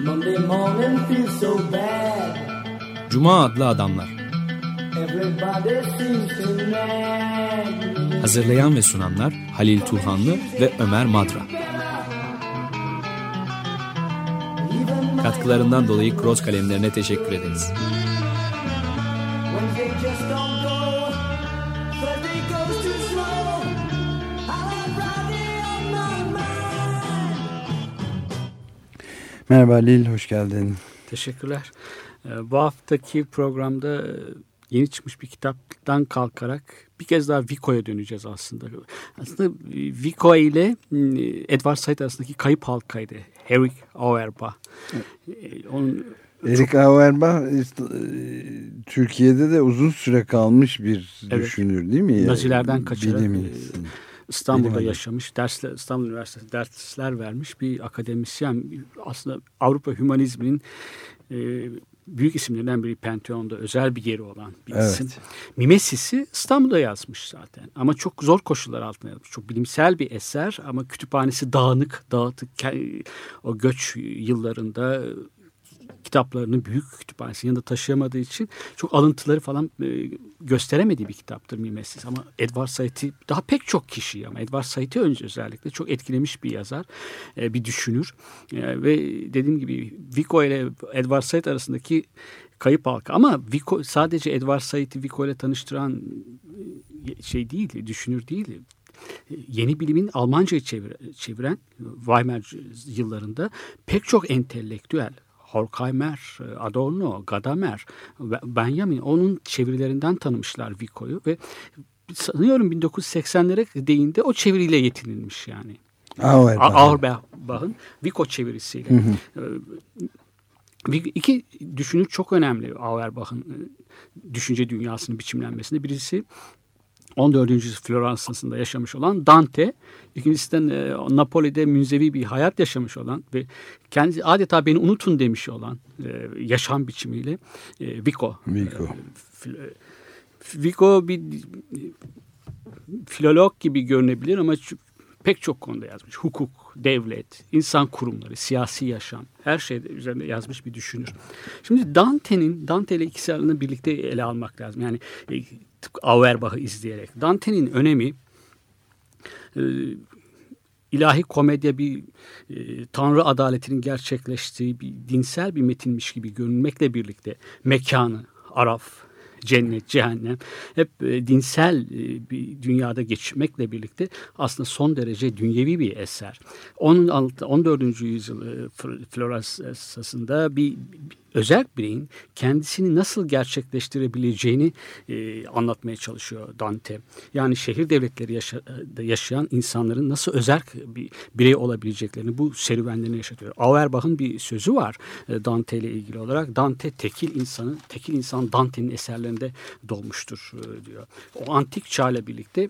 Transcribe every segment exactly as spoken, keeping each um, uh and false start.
Monday morning feels so bad. Cuma adlı adamlar. Hazırlayan ve sunanlar Halil Turhanlı ve Ömer Madra. Katkılarından dolayı Cross kalemlerine teşekkür ederiz. Merhaba Halil, hoş geldin. Teşekkürler. Bu haftaki programda yeni çıkmış bir kitaptan kalkarak bir kez daha Vico'ya döneceğiz aslında. Aslında Vico ile Edward Said arasındaki kayıp halkaydı. Erich Auerbach. Onun Erich çok... Auerbach Türkiye'de de uzun süre kalmış bir evet, düşünür değil mi? Nazilerden kaçarak İstanbul'da Bilim yaşamış, dersler, İstanbul Üniversitesi dersler vermiş bir akademisyen. Aslında Avrupa hümanizminin e, büyük isimlerinden biri, Pantheon'da özel bir yeri olan bir evet. isim. Mimesis'i İstanbul'da yazmış zaten. Ama çok zor koşullar altında yazmış. Çok bilimsel bir eser ama kütüphanesi dağınık, dağıtık. O göç yıllarında kitaplarını büyük kütüphanesinin yanında taşıyamadığı için çok alıntıları falan e, gösteremediği bir kitaptır Mimesis. Ama Edward Said'i daha pek çok kişi ama Edward Said'i önce özellikle çok etkilemiş bir yazar, e, bir düşünür. E, ve dediğim gibi Vico ile Edward Said arasındaki kayıp halka. Ama Vico sadece Edward Said'i Vico ile tanıştıran şey değil, düşünür değil. Yeni bilimin Almanca'yı çevir, çeviren Weimar yıllarında pek çok entelektüel, Horkheimer, Adorno, Gadamer, Benjamin onun çevirilerinden tanımışlar Vico'yu ve sanıyorum bin dokuz yüz seksenlere değinde o çeviriyle yetinilmiş yani. Auerbach'ın Vico çevirisiyle. Hı hı. İki düşünür çok önemli Auerbach'ın düşünce dünyasının biçimlenmesinde. Birisi on dördüncü yüzyıl Floransa'sında yaşamış olan Dante, ikincisi de e, Napoli'de münzevi bir hayat yaşamış olan ve kendisi adeta beni unutun demiş olan e, yaşam biçimiyle e, Vico. Vico. E, Vico bir filolog gibi görünebilir ama pek çok konuda yazmış. Hukuk, devlet, insan kurumları, siyasi yaşam, her şeyde üzerinde yazmış bir düşünür. Şimdi Dante'nin, Dante ile ikisi arasında birlikte ele almak lazım. Yani e, Auerbach'ı izleyerek. Dante'nin önemi e, ilahi komedya bir e, tanrı adaletinin gerçekleştiği bir dinsel bir metinmiş gibi görünmekle birlikte mekanı, araf, cennet, cehennem hep e, dinsel e, bir dünyada geçmekle birlikte aslında son derece dünyevi bir eser. Onun on dördüncü yüzyıl e, Floransa'sında bir, bir özel bireyin kendisini nasıl gerçekleştirebileceğini e, anlatmaya çalışıyor Dante. Yani şehir devletleri yaşa, yaşayan insanların nasıl özel bir birey olabileceklerini bu serüvenlerini yaşatıyor. Auerbach'ın bir sözü var e, Dante ile ilgili olarak. Dante tekil insanı, tekil insan Dante'nin eserlerinde dolmuştur e, diyor. O antik çağla birlikte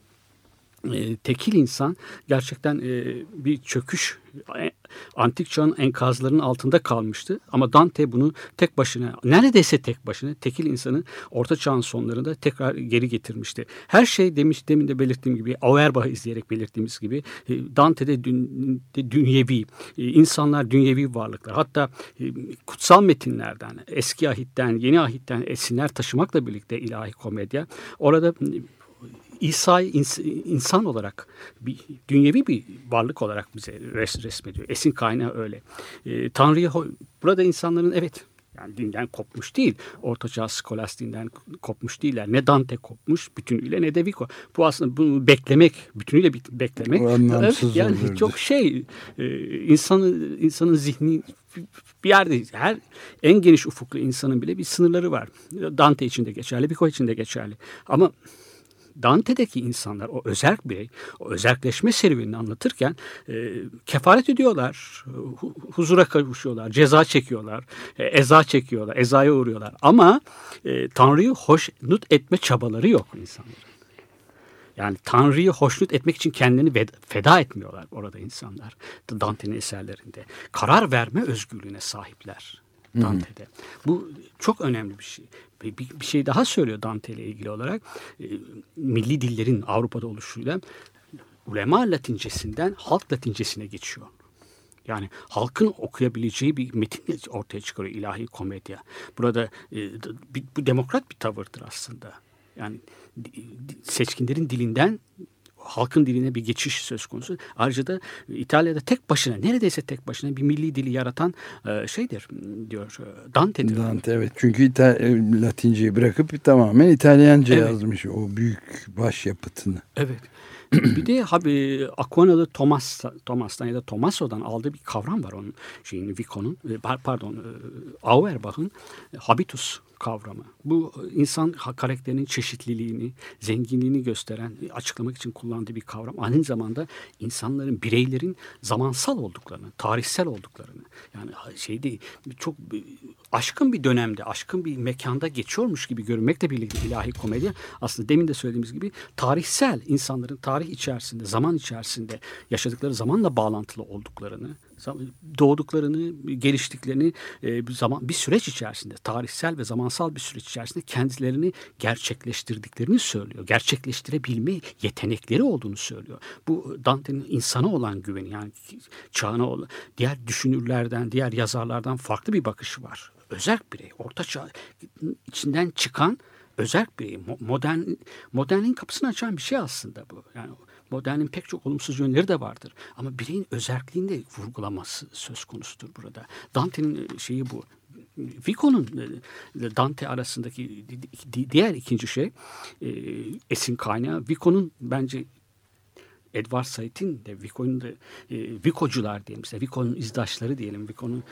E, tekil insan gerçekten e, bir çöküş, e, antik çağın enkazlarının altında kalmıştı. Ama Dante bunu tek başına, neredeyse tek başına tekil insanı orta çağın sonlarında tekrar geri getirmişti. Her şey demiş, demin de belirttiğim gibi, Auerbach'ı izleyerek belirttiğimiz gibi e, Dante'de dün, de dünyevi, e, insanlar dünyevi varlıklar. Hatta e, kutsal metinlerden, eski ahitten, yeni ahitten esinler taşımakla birlikte ilahi komedya orada İsa'yı insan olarak, bir dünyevi bir varlık olarak bize res, resmediyor. Esin kaynağı öyle. E, Tanrı'yı, burada insanların evet, yani dinden kopmuş değil. Ortaçağ skolastiğinden kopmuş değiller. Ne Dante kopmuş bütünüyle ne de Vico. Bu aslında bunu beklemek, bütünüyle beklemek. Evet, yani olurdu. Çok şey, e, insanı, insanın zihni bir yerde, her en geniş ufuklu insanın bile bir sınırları var. Dante için de geçerli, Vico için de geçerli. Ama Dante'deki insanlar, o özerk birey, o özerkleşme serüvenini anlatırken e, kefaret ediyorlar, hu, huzura kavuşuyorlar, ceza çekiyorlar, e, eza çekiyorlar, ezaya uğruyorlar. Ama e, Tanrı'yı hoşnut etme çabaları yok insanların. Yani Tanrı'yı hoşnut etmek için kendini feda etmiyorlar orada insanlar. Dante'nin eserlerinde. Karar verme özgürlüğüne sahipler Dante'de. Hmm. Bu çok önemli bir şey. Bir, bir şey daha söylüyor Dante ile ilgili olarak. E, milli dillerin Avrupa'da oluşuyla ulema Latincesinden halk Latincesine geçiyor. Yani halkın okuyabileceği bir metin ortaya çıkarıyor ilahi komedya. Burada e, bir, bu demokrat bir tavırdır aslında. Yani seçkinlerin dilinden halkın diline bir geçiş söz konusu. Ayrıca da İtalya'da tek başına, neredeyse tek başına bir milli dili yaratan e, şeydir diyor Dante'dir. Dante, evet. Çünkü İtal- Latinceyi bırakıp tamamen İtalyanca evet. yazmış o büyük başyapıtını. Evet. Bir de abi Aquinalı Thomas Thomas'tan ya da Tomaso'dan aldığı bir kavram var onun şeyin Vico'nun pardon Auerbach'ın habitus kavramı. Bu insan karakterinin çeşitliliğini, zenginliğini gösteren, açıklamak için kullandığı bir kavram. Aynı zamanda insanların, bireylerin zamansal olduklarını, tarihsel olduklarını. Yani şey değil, çok aşkın bir dönemde, aşkın bir mekanda geçiyormuş gibi görünmekle birlikte ilahi komedya aslında demin de söylediğimiz gibi tarihsel, insanların tarih içerisinde, zaman içerisinde yaşadıkları zamanla bağlantılı olduklarını, doğduklarını, geliştiklerini bir zaman bir süreç içerisinde, tarihsel ve zamansal bir süreç içerisinde kendilerini gerçekleştirdiklerini söylüyor. Gerçekleştirebilme yetenekleri olduğunu söylüyor. Bu Dante'nin insana olan güveni, yani çağına olan, diğer düşünürlerden, diğer yazarlardan farklı bir bakışı var. Özerk birey, orta çağ içinden çıkan özerk birey, modern modernin kapısını açan bir şey aslında bu. Yani modernin pek çok olumsuz yönleri de vardır. Ama bireyin özerkliğini de vurgulaması söz konusudur burada. Dante'nin şeyi bu. Vico'nun Dante arasındaki diğer ikinci şey, esin kaynağı Vico'nun bence Edward Said'in de Vico'nun da Vico'cular diyelim, Vico'nun izdaşları diyelim, Vico'nun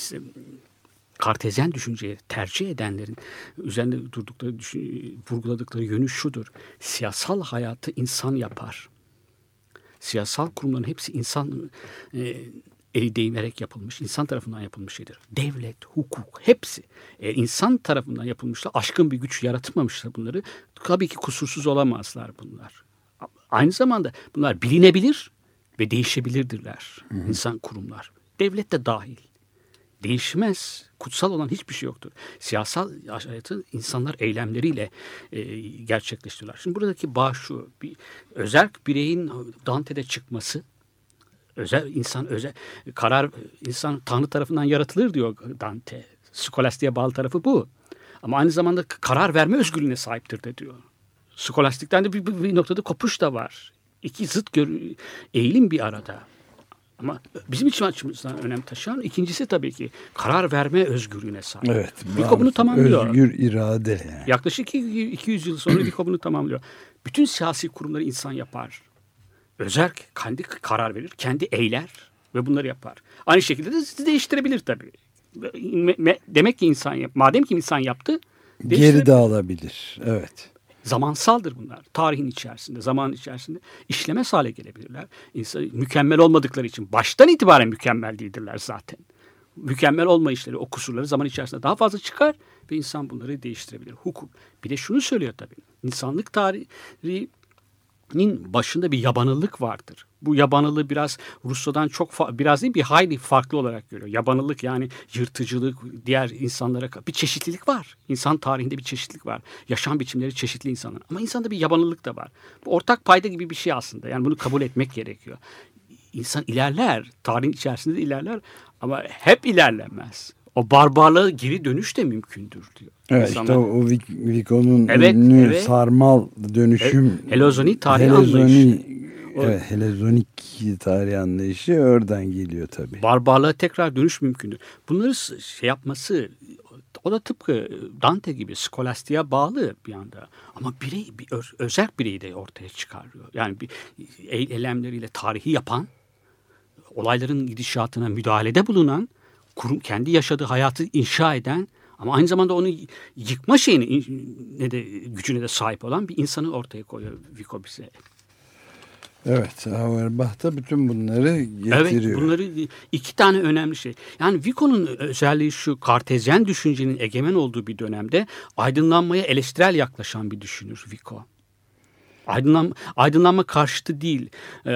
Kartezyen düşünceyi tercih edenlerin üzerinde durdukları, düşün, vurguladıkları yönü şudur. Siyasal hayatı insan yapar. Siyasal kurumların hepsi insan e, eli değmerek yapılmış, insan tarafından yapılmış şeydir. Devlet, hukuk, hepsi. E, insan tarafından yapılmışlar, aşkın bir güç yaratmamışlar bunları. Tabii ki kusursuz olamazlar bunlar. Aynı zamanda bunlar bilinebilir ve değişebilirdirler. Hı hı. İnsan kurumlar. Devlet de dahil. Değişmez. Kutsal olan hiçbir şey yoktur. Siyasal hayatı insanlar eylemleriyle e, gerçekleştiriyorlar. Şimdi buradaki bağ şu. Bir, özerk bireyin Dante'de çıkması, özel insan özel karar insan Tanrı tarafından yaratılır diyor Dante. Skolastiğe bağlı tarafı bu. Ama aynı zamanda karar verme özgürlüğüne sahiptir de diyor. Skolastikten de bir, bir, bir noktada kopuş da var. İki zıt gör, eğilim bir arada. Ama bizim için açımızdan önem taşıyan ikincisi tabii ki karar verme özgürlüğüne sahip. Evet. Vico bunu tamamlıyor. Özgür irade yani. Yaklaşık iki yüz yıl sonra Vico bunu tamamlıyor. Bütün siyasi kurumları insan yapar. Özerk kendi karar verir, kendi eyler ve bunları yapar. Aynı şekilde de değiştirebilir tabii. Demek ki insan yap. Madem ki insan yaptı, geri de alabilir. Evet. Zamansaldır bunlar. Tarihin içerisinde, zamanın içerisinde işlemez hale gelebilirler. İnsan, mükemmel olmadıkları için baştan itibaren mükemmel değildirler zaten. Mükemmel olmayışları, o kusurları zaman içerisinde daha fazla çıkar ve insan bunları değiştirebilir. Hukuk. Bir de şunu söylüyor tabii. İnsanlık tarihinin başında bir yabanıllık vardır. Bu yabanılığı biraz Rusya'dan çok fa- biraz değil bir hayli farklı olarak görüyor. Yabanılık yani yırtıcılık, diğer insanlara bir çeşitlilik var. İnsan tarihinde bir çeşitlilik var. Yaşam biçimleri çeşitli insanlar. Ama insanda bir yabanılık da var. Bu ortak payda gibi bir şey aslında. Yani bunu kabul etmek gerekiyor. İnsan ilerler, tarihin içerisinde de ilerler ama hep ilerlemez. O barbarlığa geri dönüş de mümkündür diyor. Evet İnsanlar, işte o Vico'nun evet, ünlü evet. sarmal dönüşüm. Helezonik tarih Helezoni, anlayışı. Evet, Helezonik tarih anlayışı oradan geliyor tabii. Barbarlığa tekrar dönüş mümkündür. Bunları şey yapması, o da tıpkı Dante gibi skolastiğe bağlı bir anda. Ama birey, bir öz, özel bireyi de ortaya çıkarıyor. Yani bir eylemleriyle tarihi yapan, olayların gidişatına müdahalede bulunan, kurum, kendi yaşadığı hayatı inşa eden ama aynı zamanda onu yıkma şeyini ne de gücüne de sahip olan bir insanı ortaya koyuyor Vico bize. Evet, Auerbach da bütün bunları getiriyor. Evet, bunları iki tane önemli şey. Yani Vico'nun özelliği şu, Kartezyen düşüncenin egemen olduğu bir dönemde aydınlanmaya eleştirel yaklaşan bir düşünür Vico. Aydınlan, aydınlanma karşıtı değil. Ee,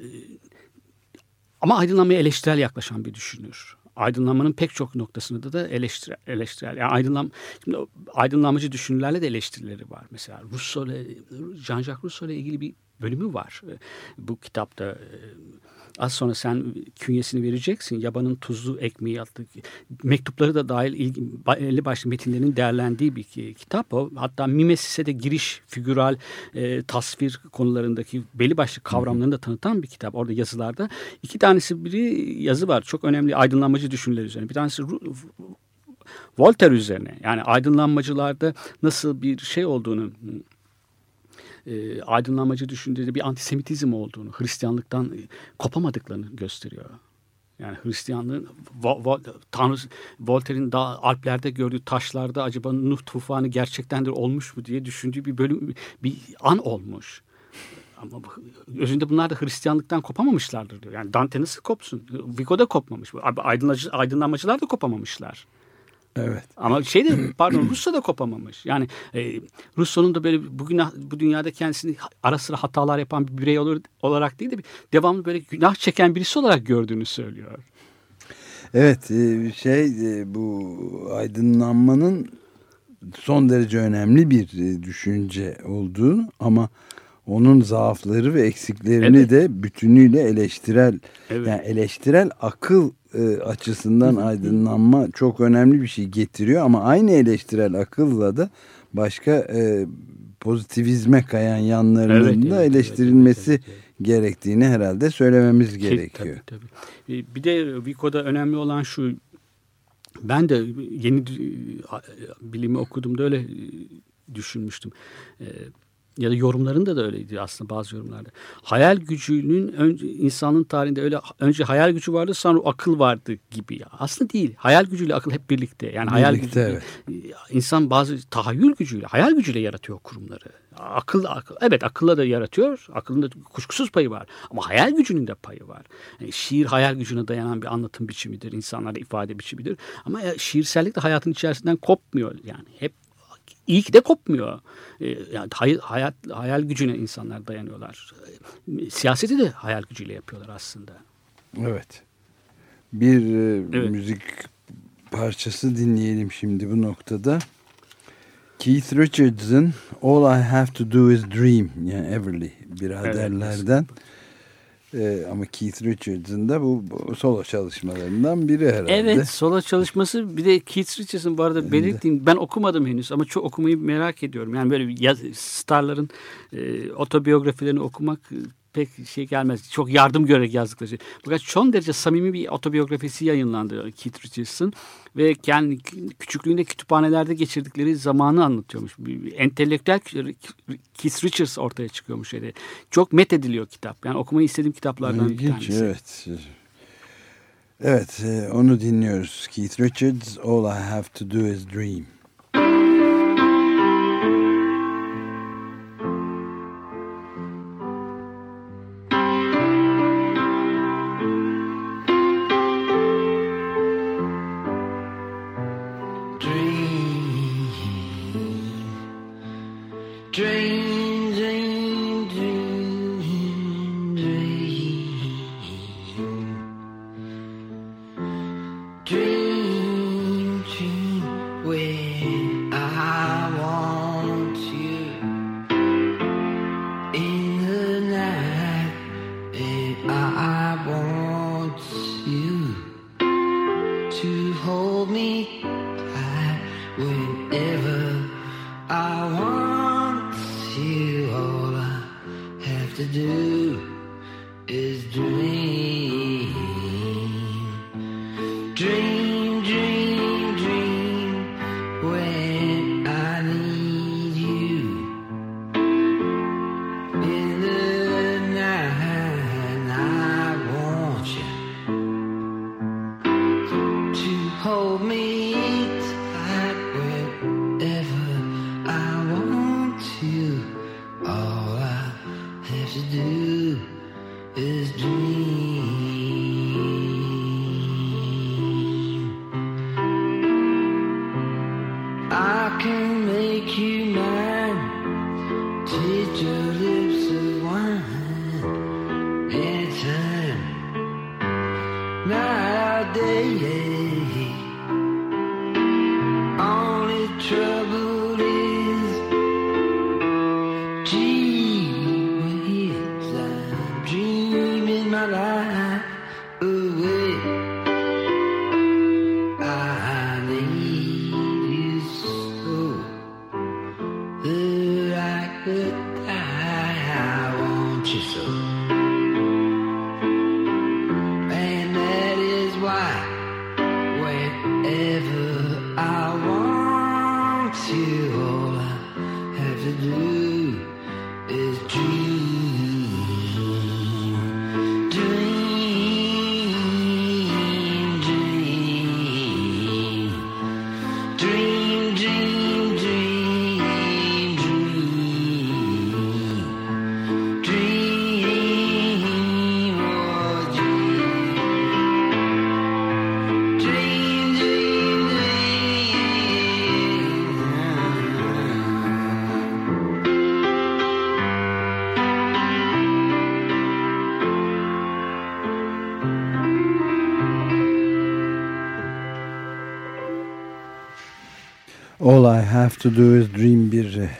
ama aydınlanmaya eleştirel yaklaşan bir düşünür. Aydınlanmanın pek çok noktasında da eleştirel. eleştirel. Yani aydınlan, şimdi aydınlanmacı düşünürlerle de eleştirileri var. Mesela Rousseau'la, Jean-Jacques Rousseau'la ilgili bir bölümü var. Bu kitapta az sonra sen künyesini vereceksin. Yabanın tuzlu ekmeği adlı mektupları da dahil ilgi, belli başlı metinlerin değerlendiği bir kitap o. Hatta Mimesis'e de giriş, figüral, e, tasvir konularındaki belli başlı kavramlarını da tanıtan bir kitap. Orada yazılarda. İki tanesi biri yazı var. Çok önemli aydınlanmacı düşünceler üzerine. Bir tanesi Voltaire üzerine. Yani aydınlanmacılarda nasıl bir şey olduğunu, e, aydınlanmacı düşüncede bir antisemitizm olduğunu, Hristiyanlıktan e, kopamadıklarını gösteriyor. Yani Hristiyanlığın vo, vo, Tanrı Voltaire'in daha Alplerde gördüğü taşlarda acaba Nuh tufanı gerçekten de olmuş mu diye düşündüğü bir bölüm, bir an olmuş. Ama özünde bunlar da Hristiyanlıktan kopamamışlardır diyor. Yani Dante nasıl kopsun? Vico da kopmamış. Aydınlanmacılar da kopamamışlar. Evet. Ama şey de pardon Russo da kopamamış. Yani e, Russo'nun da böyle bugün bu dünyada kendisini ara sıra hatalar yapan bir birey olur, olarak değil de devamlı böyle günah çeken birisi olarak gördüğünü söylüyor. Evet, şey bu aydınlanmanın son derece önemli bir düşünce olduğu ama onun zaafları ve eksiklerini evet. de bütünüyle eleştirel evet. yani eleştirel akıl e, açısından aydınlanma çok önemli bir şey getiriyor ama aynı eleştirel akılla da başka e, pozitivizme kayan yanlarının evet, da evet, eleştirilmesi evet, evet, evet. gerektiğini herhalde söylememiz Ki, gerekiyor. Tabii, tabii. Bir de Vico'da önemli olan şu, ben de yeni bilimi okuduğumda öyle düşünmüştüm. Ya da yorumlarında da öyleydi aslında bazı yorumlarda. Hayal gücünün önce, insanın tarihinde öyle önce hayal gücü vardı sonra akıl vardı gibi ya. Aslında değil. Hayal gücüyle akıl hep birlikte. Yani birlikte, hayal gücü evet. insan bazı tahayyül gücüyle, hayal gücüyle yaratıyor kurumları. Akıl, akıl evet akılla da yaratıyor. Akılın da kuşkusuz payı var. Ama hayal gücünün de payı var. Yani şiir hayal gücüne dayanan bir anlatım biçimidir. İnsanlarda ifade biçimidir. Ama şiirsellik de hayatın içerisinden kopmuyor. Yani hep İyi ki de kopmuyor. Yani hayat, hayal gücüne insanlar dayanıyorlar. Siyaseti de hayal gücüyle yapıyorlar aslında. Evet. Bir evet. müzik parçası dinleyelim şimdi bu noktada. Keith Richards'ın All I Have to Do Is Dream, yani Everly biraderlerden. Evet. Ee, ama Keith Richards'ın da bu, bu solo çalışmalarından biri herhalde. Evet, solo çalışması. Bir de Keith Richards'ın bu arada belirttiğim, ben okumadım henüz ama çok okumayı merak ediyorum. Yani böyle yaz, starların e, otobiyografilerini okumak pek şey gelmez. Çok yardım görerek yazdıkları şey. Fakat son derece samimi bir otobiyografisi yayınlandı Keith Richards'ın ve kendi küçüklüğünde kütüphanelerde geçirdikleri zamanı anlatıyormuş. Bir entelektüel Keith Richards ortaya çıkıyormuş. Yani. Çok methediliyor kitap. Yani okumayı istediğim kitaplardan İlginç, bir tanesi. Evet. Evet, onu dinliyoruz. Keith Richards, All I Have to Do Is Dream. Trouble is, gee, All I Have to Do Is Dream bir e,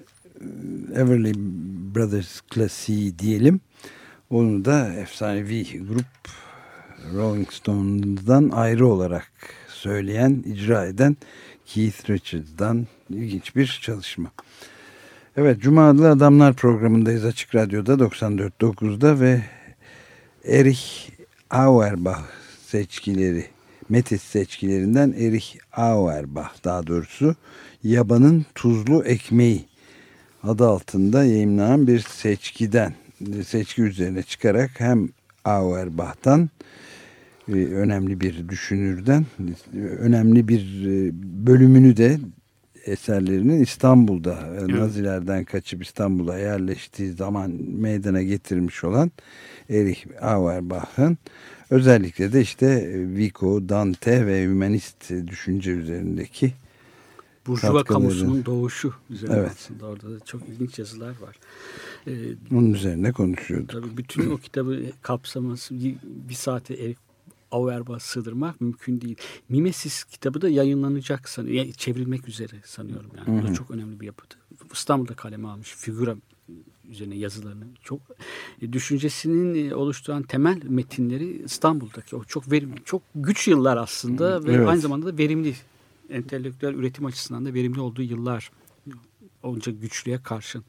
Everly Brothers klasiği diyelim. Onu da efsanevi grup Rolling Stones'dan ayrı olarak söyleyen, icra eden Keith Richards'dan ilginç bir çalışma. Evet, Cuma Adlı Adamlar programındayız Açık Radyo'da doksan dört nokta dokuzda ve Erich Auerbach seçkileri, Metis seçkilerinden Erich Auerbach, daha doğrusu Yabanın Tuzlu Ekmeği adı altında yayımlanan bir seçkiden, seçki üzerine çıkarak hem Auerbach'tan, önemli bir düşünürden, önemli bir bölümünü de eserlerinin İstanbul'da, evet, Nazilerden kaçıp İstanbul'a yerleştiği zaman meydana getirmiş olan Erich Auerbach'ın özellikle de işte Vico, Dante ve hümanist düşünce üzerindeki Burjuva kamusunun doğuşu üzerine, evet, aslında orada da çok ilginç yazılar var. Ee, Onun üzerine konuşuyorduk. Tabii bütün o kitabı kapsaması bir, bir saate Erich Auerbach'a sığdırmak mümkün değil. Mimesis kitabı da yayınlanacak sanıyorum. Çevrilmek üzere sanıyorum. Yani. Hı hı. Bu da çok önemli bir yapıtı. İstanbul'da kaleme almış. Figura üzerine yazılarını. Çok düşüncesinin oluşturan temel metinleri İstanbul'daki o çok verimli, çok güç yıllar aslında, hı, ve evet, aynı zamanda da verimli. Entelektüel üretim açısından da verimli olduğu yıllar. Onca güçlüğe karşın.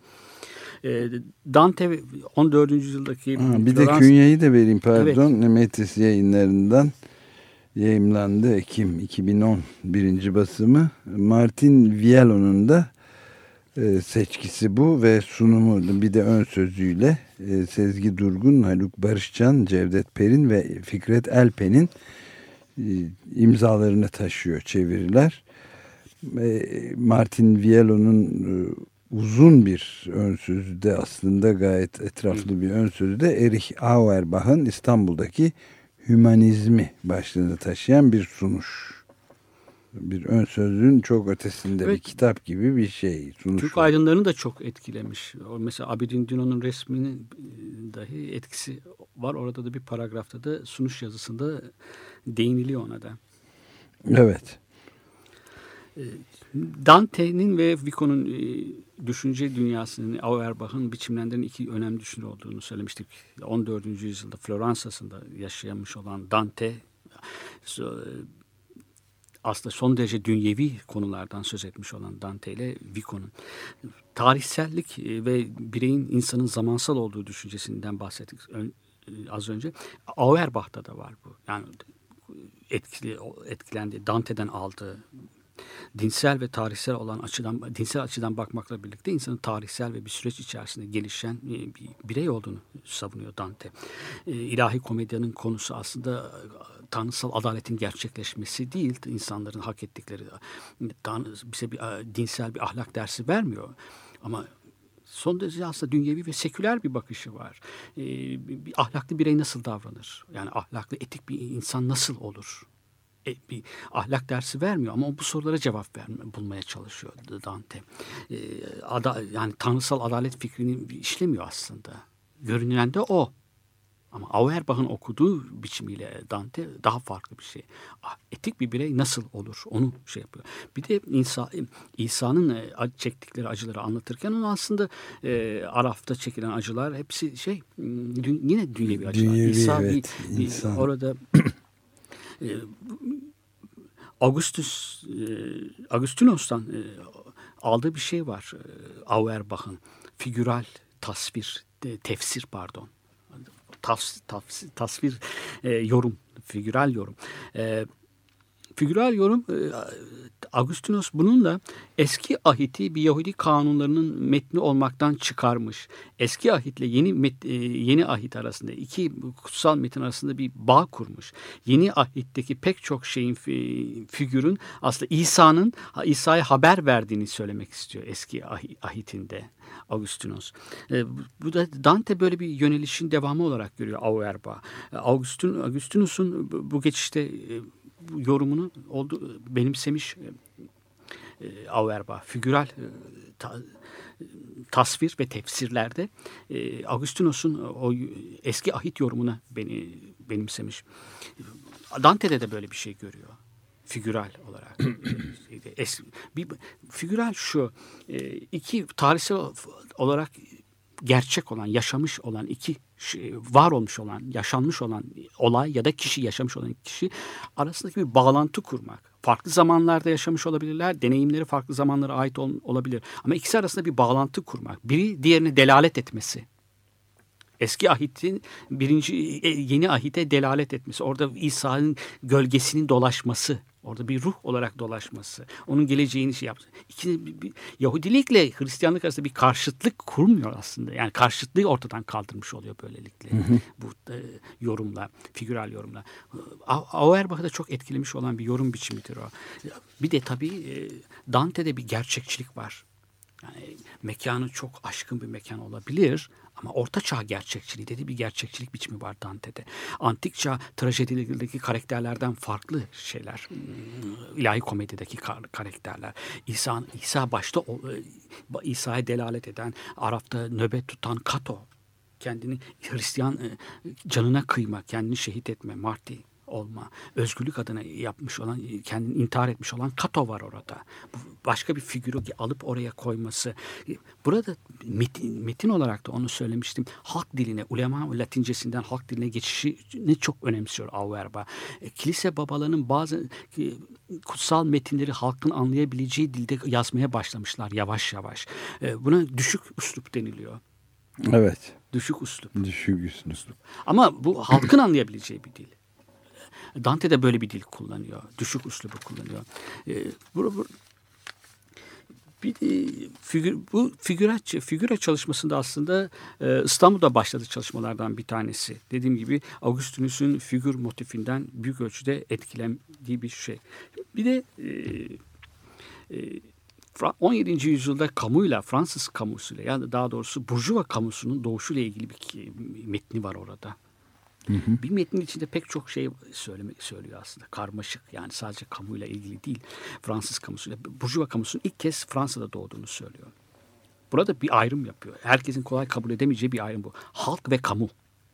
Dante on dördüncü yüzyıldaki... Ha, bir Florence... de künyeyi de vereyim, pardon. Evet. Metis yayınlarından yayımlandı. Ekim iki bin on birinci basımı. Martin Vielo'nun da e, seçkisi bu ve sunumu, bir de ön sözüyle e, Sezgi Durgun, Haluk Barışcan, Cevdet Perin ve Fikret Elpen'in e, imzalarını taşıyor çeviriler. E, Martin Vielo'nun e, uzun bir ön sözü de, aslında gayet etraflı bir ön sözü de Erich Auerbach'ın İstanbul'daki hümanizmi başlığını taşıyan bir sunuş. Bir ön sözün çok ötesinde, evet, bir kitap gibi bir şey. Sunuş. Türk aydınlarını da çok etkilemiş. Mesela Abidin Dino'nun resminin dahi etkisi var. Orada da bir paragrafta da sunuş yazısında değiniliyor ona da. Evet. Dante'nin ve Vico'nun düşünce dünyasının, Auerbach'ın biçimlendiren iki önemli düşünür olduğunu söylemiştik. on dördüncü yüzyılda Floransa'sında yaşamış olan Dante aslında son derece dünyevi konulardan söz etmiş olan Dante ile Vico'nun tarihsellik ve bireyin, insanın zamansal olduğu düşüncesinden bahsettik az önce. Auerbach'ta da var bu. Yani etkili, etkilendi, Dante'den aldığı dinsel ve tarihsel olan açıdan, dinsel açıdan bakmakla birlikte insanın tarihsel ve bir süreç içerisinde gelişen bir birey olduğunu savunuyor Dante. İlahi komedyanın konusu aslında tanrısal adaletin gerçekleşmesi değil, insanların hak ettikleri. Tanrı bize bir dinsel bir ahlak dersi vermiyor ama son derece aslında dünyevi ve seküler bir bakışı var. Bir ahlaklı birey nasıl davranır? Yani ahlaklı, etik bir insan nasıl olur? E, bir ahlak dersi vermiyor ama o bu sorulara cevap verme, bulmaya çalışıyor Dante. E, ada, yani tanrısal adalet fikrini işlemiyor aslında. Görünen de o. Ama Auerbach'ın okuduğu biçimiyle Dante daha farklı bir şey. Etik bir birey nasıl olur? Onu şey yapıyor. Bir de İsa, İsa'nın çektikleri acıları anlatırken onu aslında e, Araf'ta çekilen acılar hepsi şey dün, yine dünyevi acılar. Dünyevi, İsa evet, bir, bir orada Augustus Augustinos'tan aldığı bir şey var. Auerbach'ın figüral tasvir, tefsir pardon. Tas, tas, tasvir e, yorum, figüral yorum. E, figüral yorum e, Augustinos bununla eski ahiti bir Yahudi kanunlarının metni olmaktan çıkarmış. Eski ahitle yeni met, e, yeni ahit arasında, iki kutsal metin arasında bir bağ kurmuş. Yeni ahitteki pek çok şeyin figürün aslında İsa'nın İsa'ya haber verdiğini söylemek istiyor eski ahitinde Augustinos. E, bu da Dante böyle bir yönelişin devamı olarak görüyor Auerbach. Augustin, Augustinos'un bu geçişte e, yorumunu oldu, benimsemiş e, Auerbach. Figüral e, ta, tasvir ve tefsirlerde e, Augustinos'un o eski ahit yorumuna beni benimsemiş. Dante'de de böyle bir şey görüyor. figüral olarak. es, bir figüral şu, e, iki tarihsel olarak gerçek olan, yaşamış olan iki var olmuş olan, yaşanmış olan olay ya da kişi, yaşamış olan kişi arasındaki bir bağlantı kurmak. Farklı zamanlarda yaşamış olabilirler, deneyimleri farklı zamanlara ait ol, olabilir. Ama ikisi arasında bir bağlantı kurmak, biri diğerine delalet etmesi. Eski ahitin birinci yeni ahite delalet etmesi, orada İsa'nın gölgesinin dolaşması, orada bir ruh olarak dolaşması, onun geleceğini şey yapması. İkisi, bir, bir, Yahudilikle Hristiyanlık arasında bir karşıtlık kurmuyor aslında. Yani karşıtlığı ortadan kaldırmış oluyor böylelikle. Hı hı. Bu e, yorumla, figüral yorumla. Auerbach'ı da çok etkilemiş olan bir yorum biçimidir o. Bir de tabii e, Dante'de bir gerçekçilik var. Yani mekanı çok aşkın bir mekan olabilir ama Orta Çağ gerçekçiliği dediği bir gerçekçilik biçimi var Dante'de. Antik Çağ trajedilerdeki karakterlerden farklı şeyler. İlahi komedideki karakterler. İsa, İsa başta İsa'ya delalet eden, Arap'ta nöbet tutan Kato. Kendini Hristiyan canına kıyma, kendini şehit etme, marti olma, özgürlük adına yapmış olan, kendini intihar etmiş olan Kato var orada. Bu başka bir figürü alıp oraya koyması. Burada metin, metin olarak da onu söylemiştim. Halk diline, ulema Latincesinden halk diline geçişini çok önemsiyor Auerbach. Kilise babalarının bazı kutsal metinleri halkın anlayabileceği dilde yazmaya başlamışlar yavaş yavaş. Buna düşük üslup deniliyor. Evet. Düşük üslup. Düşük üslup. Ama bu halkın anlayabileceği bir dil. Dante de böyle bir dil kullanıyor. Düşük üslubu kullanıyor. Ee, bu, bu, bir, figür, bu figüra, figüra çalışmasında aslında e, İstanbul'da başladığı çalışmalardan bir tanesi. Dediğim gibi Augustinus'un figür motifinden büyük ölçüde etkilendiği bir şey. Bir de e, e, on yedinci yüzyılda kamuyla, Fransız kamusuyla, yani daha doğrusu Burjuva kamusunun doğuşuyla ilgili bir metni var orada. Hı hı. Bir metnin içinde pek çok şey söylemek söylüyor aslında. Karmaşık, yani sadece kamuyla ilgili değil. Fransız kamusuyla. Burjuva kamusunun ilk kez Fransa'da doğduğunu söylüyor. Burada bir ayrım yapıyor. Herkesin kolay kabul edemeyeceği bir ayrım bu. Halk ve kamu.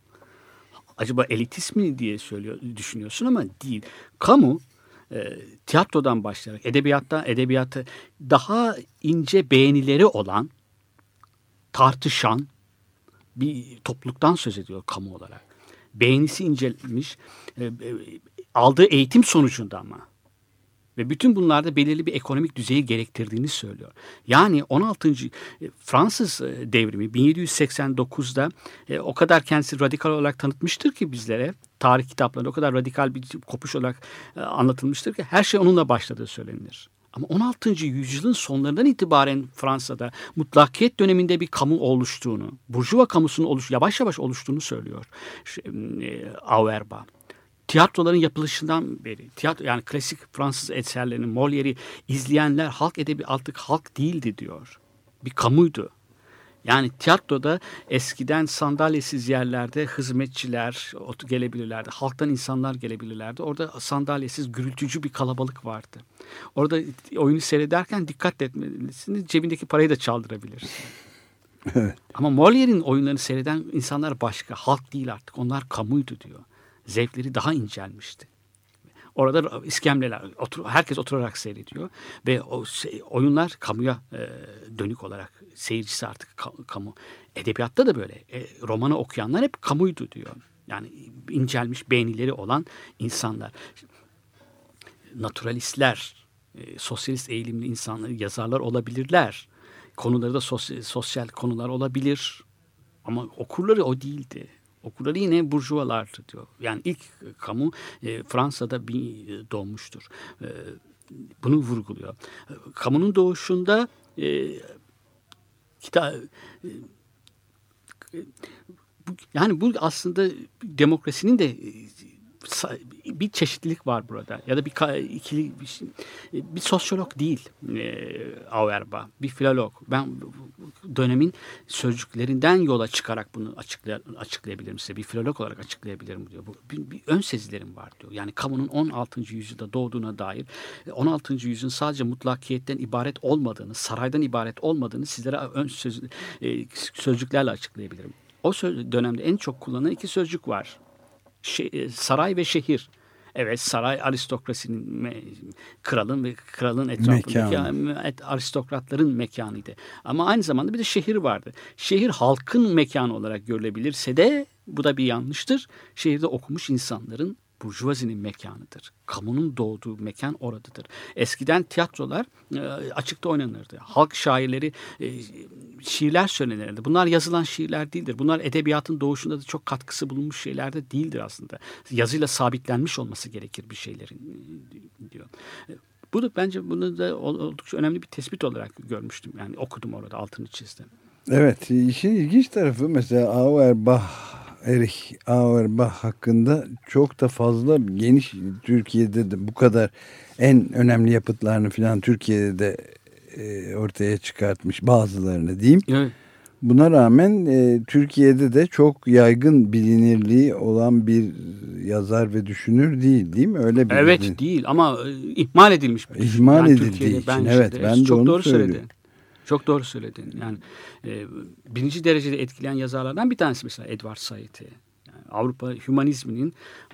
Acaba elitist mi diye söylüyor, düşünüyorsun ama değil. Kamu e, tiyatrodan başlayarak edebiyatta edebiyatı daha ince beğenileri olan, tartışan bir topluluktan söz ediyor kamu olarak. Beğenisi incelmiş, e, e, aldığı eğitim sonucunda ama. Ve bütün bunlarda belirli bir ekonomik düzeyi gerektirdiğini söylüyor. Yani on altıncı E, Fransız e, devrimi bin yedi yüz seksen dokuzda e, o kadar kendisi radikal olarak tanıtmıştır ki bizlere. Tarih kitaplarında o kadar radikal bir kopuş olarak e, anlatılmıştır ki her şey onunla başladığı söylenir. Ama on altıncı yüzyılın sonlarından itibaren Fransa'da mutlakiyet döneminde bir kamu oluştuğunu, Burjuva kamusunun oluş, yavaş yavaş oluştuğunu söylüyor e, Auerbach. Tiyatroların yapılışından beri, tiyatro, yani klasik Fransız eserlerinin, Molière'i izleyenler halk edebi artık halk değildi diyor. Bir kamuydu. Yani tiyatroda eskiden sandalyesiz yerlerde hizmetçiler gelebilirlerdi. Halktan insanlar gelebilirlerdi. Orada sandalyesiz gürültücü bir kalabalık vardı. Orada oyunu seyrederken dikkat etmelisiniz. Cebindeki parayı da çaldırabilirsin. Evet. Ama Molière'in oyunlarını seyreden insanlar başka. Halk değil artık. Onlar kamuydu diyor. Zevkleri daha incelmişti. Orada iskemleler, otur, herkes oturarak seyrediyor ve o oyunlar kamuya e, dönük olarak, seyircisi artık kamu. Edebiyatta da böyle. E, romanı okuyanlar hep kamuydu diyor. Yani incelmiş beğenileri olan insanlar. Naturalistler, e, sosyalist eğilimli insanlar, yazarlar olabilirler. Konuları da sosyal, sosyal konular olabilir. Ama okurları o değildi. Okurları yine burjuvalardı diyor. Yani ilk kamu e, Fransa'da bir doğmuştur. E, bunu vurguluyor. E, kamunun doğuşunda e, kita, e, bu, yani bu aslında demokrasinin de bir çeşitlilik var burada. Ya da bir ikili bir, şey, bir sosyolog değil e, Auerbach, bir filolog. Ben dönemin sözcüklerinden yola çıkarak bunu açıklay açıklayabilirim size. Bir filolog olarak açıklayabilirim diyor. Bu bir, bir ön sezilerim var diyor. Yani kamunun on altıncı yüzyılda doğduğuna dair on altıncı yüzyılın sadece mutlakiyetten ibaret olmadığını, saraydan ibaret olmadığını sizlere ön söz, e, sözcüklerle açıklayabilirim. O söz, dönemde en çok kullanılan iki sözcük var. Şe, saray ve şehir. Evet, saray aristokrasinin, kralın ve kralın etrafındaki Mekan. aristokratların mekanıydı. Ama aynı zamanda bir de şehir vardı. Şehir halkın mekanı olarak görülebilirse de bu da bir yanlıştır. Şehirde okumuş insanların, burjuvazinin mekanıdır. Kamunun doğduğu mekan oradadır. Eskiden tiyatrolar e, açıkta oynanırdı. Halk şairleri e, şiirler söylenirdi. Bunlar yazılan şiirler değildir. Bunlar edebiyatın doğuşunda da çok katkısı bulunmuş şeyler de değildir aslında. Yazıyla sabitlenmiş olması gerekir bir şeylerin diyor. Bu da bence bunu da oldukça önemli bir tespit olarak görmüştüm. Yani okudum orada, altını çizdim. Evet, işin ilginç tarafı mesela Auerbach, Erich Auerbach hakkında çok da fazla geniş, Türkiye'de de bu kadar en önemli yapıtlarını falan Türkiye'de de e, ortaya çıkartmış bazılarını diyeyim. Evet. Buna rağmen e, Türkiye'de de çok yaygın bilinirliği olan bir yazar ve düşünür değil, değil mi? Öyle bir Evet bilin. değil ama e, ihmal edilmiş. Bir İhmal yani edildiği Türkiye'de için evet de. ben de çok onu doğru söylüyorum. söyledin. Çok doğru söyledin. Yani e, birinci derecede etkileyen yazarlardan bir tanesi mesela Edward Said'i. Yani Avrupa hümanizminin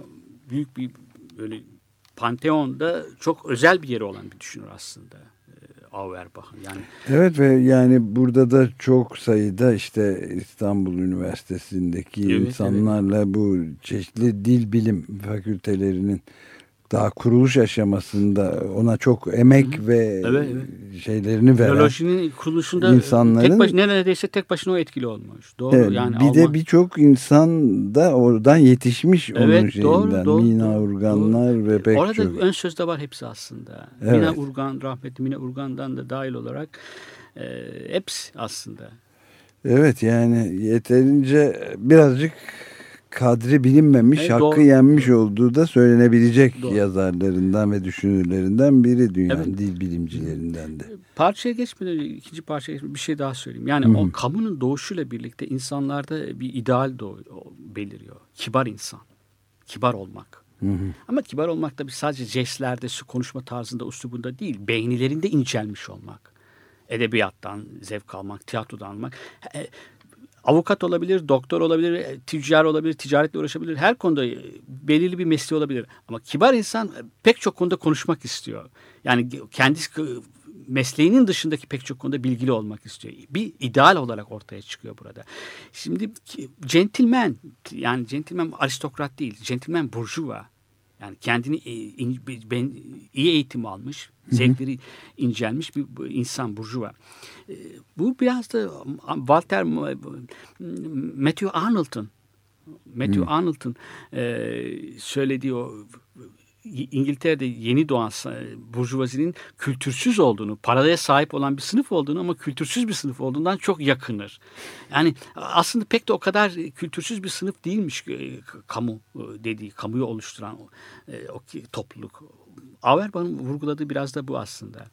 büyük bir böyle panteonda çok özel bir yeri olan bir düşünür aslında. Auerbach'ın yani. Evet ve yani burada da çok sayıda işte İstanbul Üniversitesi'ndeki evet, insanlarla evet. bu çeşitli dil bilim fakültelerinin daha kuruluş aşamasında ona çok emek Hı-hı. ve evet, evet. şeylerini veren Filolojinin kuruluşunda insanların, tek baş, neredeyse tek başına o etkili olmuş. Doğru. Evet, yani bir Alman... de birçok insan da oradan yetişmiş evet, onun şeyinden. Doğru, doğru, Mina doğru, Urganlar doğru. ve pek Orada çok. Orada ön sözde var hepsi aslında. Evet. Mina Urgan, rahmetli Mina Urgan'dan da dahil olarak e, hepsi aslında. Evet yani yeterince birazcık kadri bilinmemiş, evet, hakkı doğru, yenmiş doğru. olduğu da söylenebilecek doğru. yazarlarından ve düşünürlerinden biri dünyanın evet. dil bilimcilerinden de. Parçaya geçmeden ikinci parçaya geçmeden bir şey daha söyleyeyim. Yani Hı-hı. o kamunun doğuşuyla birlikte insanlarda bir ideal doğu, beliriyor. Kibar insan, kibar olmak. Hı-hı. Ama kibar olmak da sadece jestlerde, konuşma tarzında, üslubunda değil, beynilerinde incelmiş olmak. Edebiyattan zevk almak, tiyatrodan almak. Avukat olabilir, doktor olabilir, tüccar olabilir, ticaretle uğraşabilir. Her konuda belirli bir mesleği olabilir. Ama kibar insan pek çok konuda konuşmak istiyor. Yani kendisi mesleğinin dışındaki pek çok konuda bilgili olmak istiyor. Bir ideal olarak ortaya çıkıyor burada. Şimdi centilmen, yani centilmen aristokrat değil, centilmen burjuva. Yani kendini ben, iyi eğitim almış, zevkleri incelmiş bir insan, burjuva. Bu biraz da Walter Matthew Arnold'un Matthew hmm. Arnold'un söylediği o İngiltere'de yeni doğan burjuvazinin kültürsüz olduğunu, paraya sahip olan bir sınıf olduğunu ama kültürsüz bir sınıf olduğundan çok yakınır. Yani aslında pek de o kadar kültürsüz bir sınıf değilmiş kamu dediği, kamuyu oluşturan o, o topluluk. Auerbach'ın vurguladığı biraz da bu aslında.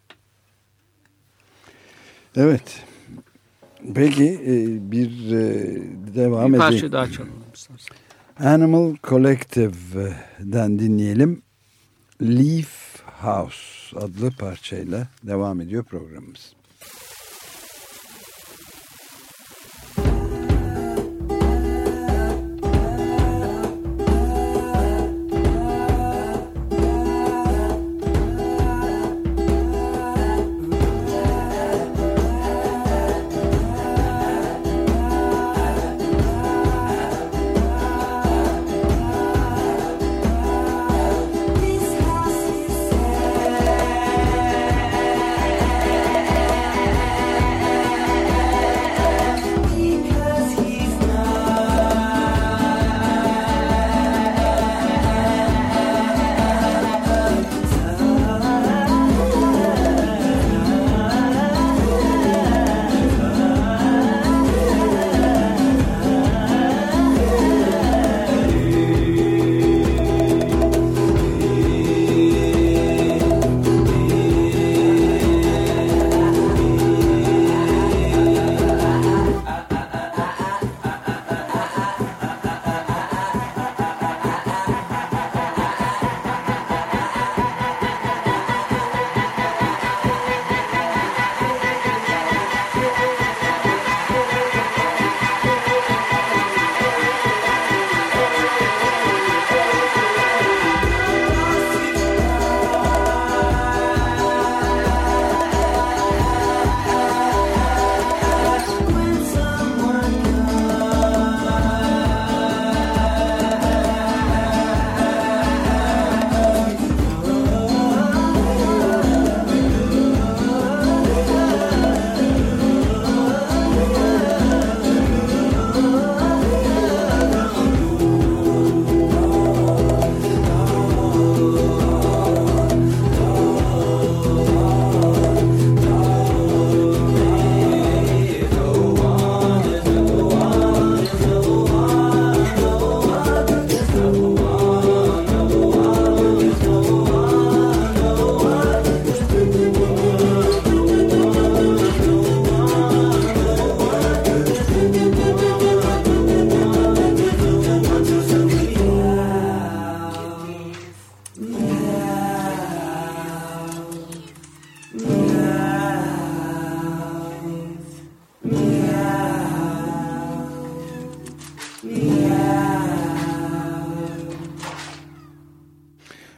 Evet. Peki bir devam edelim. Bir parça edeyim. Daha çalalım istersen. Animal Collective'den dinleyelim. Leaf House adlı parçayla devam ediyor programımız. This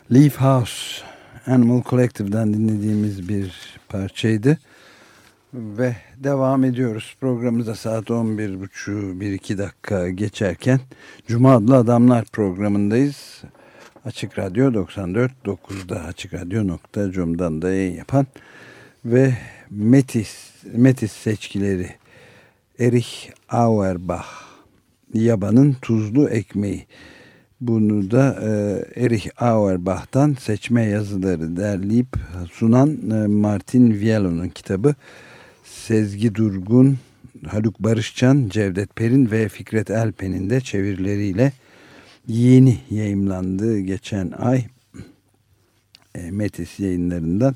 Leaf House, Animal Collective'den dinlediğimiz bir parçaydı. Ve devam ediyoruz. Programımıza saat on bir buçuk bir iki dakika geçerken Cuma Adlı Adamlar programındayız. Açık Radyo doksan dört nokta dokuzda açık radyo nokta com'dan da yayın yapan ve Metis, Metis seçkileri Erich Auerbach, Yabanın Tuzlu Ekmeği. Bunu da e, Erich Auerbach'tan seçme yazıları derleyip sunan e, Martin Vielo'nun kitabı. Sezgi Durgun, Haluk Barışcan, Cevdet Perin ve Fikret Elpen'in de çevirileriyle yeni yayımlandı geçen ay e, Metis yayınlarından.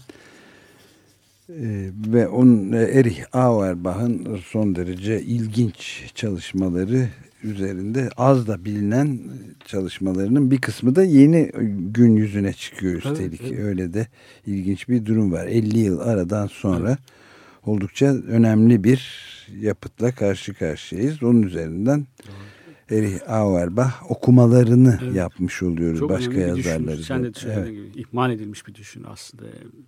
E, ve onun e, Erich Auerbach'ın son derece ilginç çalışmaları üzerinde az da bilinen çalışmalarının bir kısmı da yeni gün yüzüne çıkıyor üstelik. Evet, evet. Öyle de ilginç bir durum var. elli yıl aradan sonra evet. Oldukça önemli bir yapıtla karşı karşıyayız. Onun üzerinden Erich Auerbach okumalarını evet. yapmış oluyoruz. Çok başka yazarları. Sen de söylediğin evet. gibi ihmal edilmiş bir düşün aslında.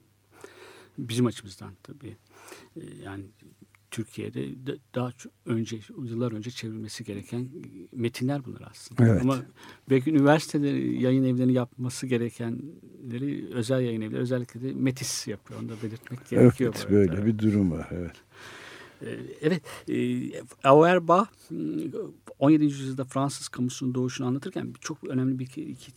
Bizim açımızdan tabii. Yani Türkiye'de daha önce, yıllar önce çevrilmesi gereken metinler bunlar aslında. Evet. Ama belki üniversiteleri yayın evlerini yapması gerekenleri özel yayın evleri özellikle de Metis yapıyor. Onu da belirtmek gerekiyor. Evet, böyle arada. Bir durum var. Evet. Evet. Auerbach on yedinci yüzyılda Fransız kamusunun doğuşunu anlatırken çok önemli bir iki,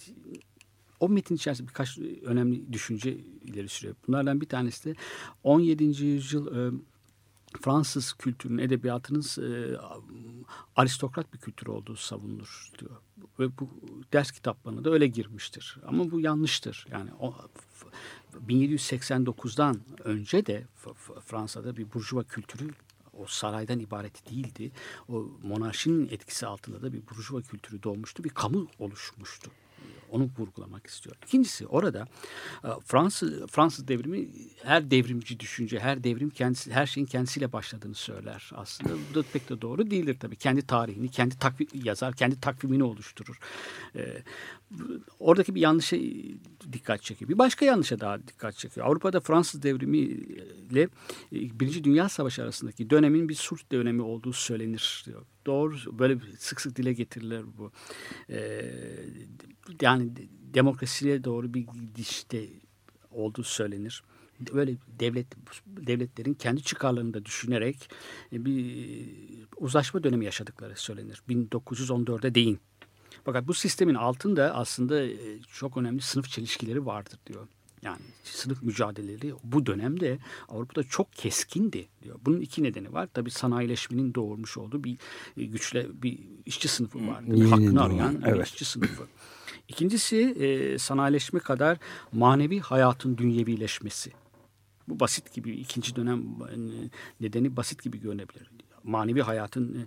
o metin içerisinde birkaç önemli düşünce ileri sürüyor. Bunlardan bir tanesi de on yedinci yüzyıl Fransız kültürünün, edebiyatının e, aristokrat bir kültür olduğu savunulur diyor. Ve bu ders kitaplarına da öyle girmiştir. Ama bu yanlıştır. Yani o, bin yedi yüz seksen dokuzdan önce de Fransa'da bir burjuva kültürü o saraydan ibaret değildi. O monarşinin etkisi altında da bir burjuva kültürü doğmuştu. Bir kamu oluşmuştu. Onu vurgulamak istiyor. İkincisi orada Fransız Fransız devrimi her devrimci düşünce, her devrim kendisi, her şeyin kendisiyle başladığını söyler aslında. Bu da pek de doğru değildir tabii. Kendi tarihini, kendi takvim yazar, kendi takvimini oluşturur. Ee, oradaki bir yanlışa dikkat çekiyor. Bir başka yanlışa daha dikkat çekiyor. Avrupa'da Fransız devrimiyle Birinci Dünya Savaşı arasındaki dönemin bir sulh dönemi olduğu söylenir diyor. Doğru, böyle sık sık dile getirilir bu. Ee, yani demokrasiye doğru bir gidişte olduğu söylenir. Böyle devlet devletlerin kendi çıkarlarını da düşünerek bir uzlaşma dönemi yaşadıkları söylenir. bin dokuz yüz on dörde değin. Fakat bu sistemin altında aslında çok önemli sınıf çelişkileri vardır diyor. Yani sınıf mücadeleleri bu dönemde Avrupa'da çok keskindi diyor. Bunun iki nedeni var. Tabii sanayileşmenin doğurmuş olduğu bir güçle bir işçi sınıfı var. Bir hakkını arayan evet. bir işçi sınıfı. İkincisi e, sanayileşme kadar manevi hayatın dünyevileşmesi. Bu basit gibi ikinci dönem nedeni basit gibi görünebilir. Manevi hayatın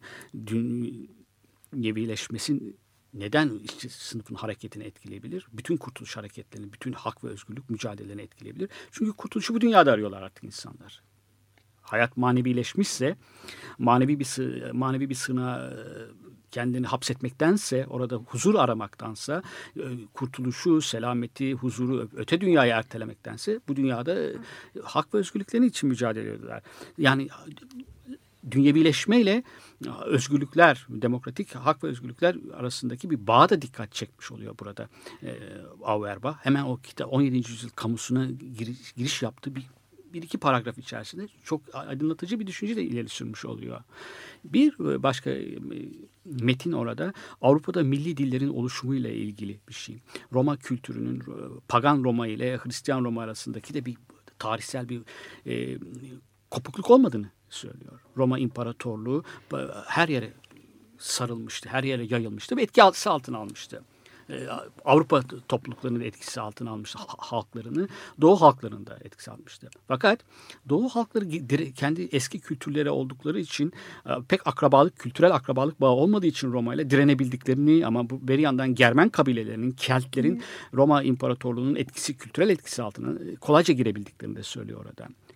dünyevileşmesi neden işçi sınıfın hareketini etkileyebilir? Bütün kurtuluş hareketlerini, bütün hak ve özgürlük mücadelelerini etkileyebilir. Çünkü kurtuluşu bu dünyada arıyorlar artık insanlar. Hayat manevileşmişse, manevi bir manevi bir sığınağa kendini hapsetmektense, orada huzur aramaktansa, kurtuluşu, selameti, huzuru öte dünyaya ertelemektense bu dünyada hak ve özgürlükleri için mücadele ediyorlar. Yani dünyevileşmeyle özgürlükler, demokratik hak ve özgürlükler arasındaki bir bağa da dikkat çekmiş oluyor burada e, Auerbach. Hemen o kitap on yedinci yüzyıl kamusuna giriş, giriş yaptığı bir, bir iki paragraf içerisinde çok aydınlatıcı bir düşünce de ileri sürmüş oluyor. Bir başka metin orada Avrupa'da milli dillerin oluşumuyla ilgili bir şey. Roma kültürünün pagan Roma ile Hristiyan Roma arasındaki de bir tarihsel bir e, kopukluk olmadığını söylüyor. Roma İmparatorluğu her yere sarılmıştı, her yere yayılmıştı ve etki altına almıştı. Ee, Avrupa topluluklarının etkisi altına almıştı, halklarını, Doğu halklarının da etkisi almıştı. Fakat Doğu halkları kendi eski kültürleri oldukları için pek akrabalık, kültürel akrabalık bağı olmadığı için Roma ile direnebildiklerini, ama bu bir yandan Germen kabilelerinin, Keltlerin Roma İmparatorluğu'nun etkisi, kültürel etkisi altına kolayca girebildiklerini de söylüyor orada.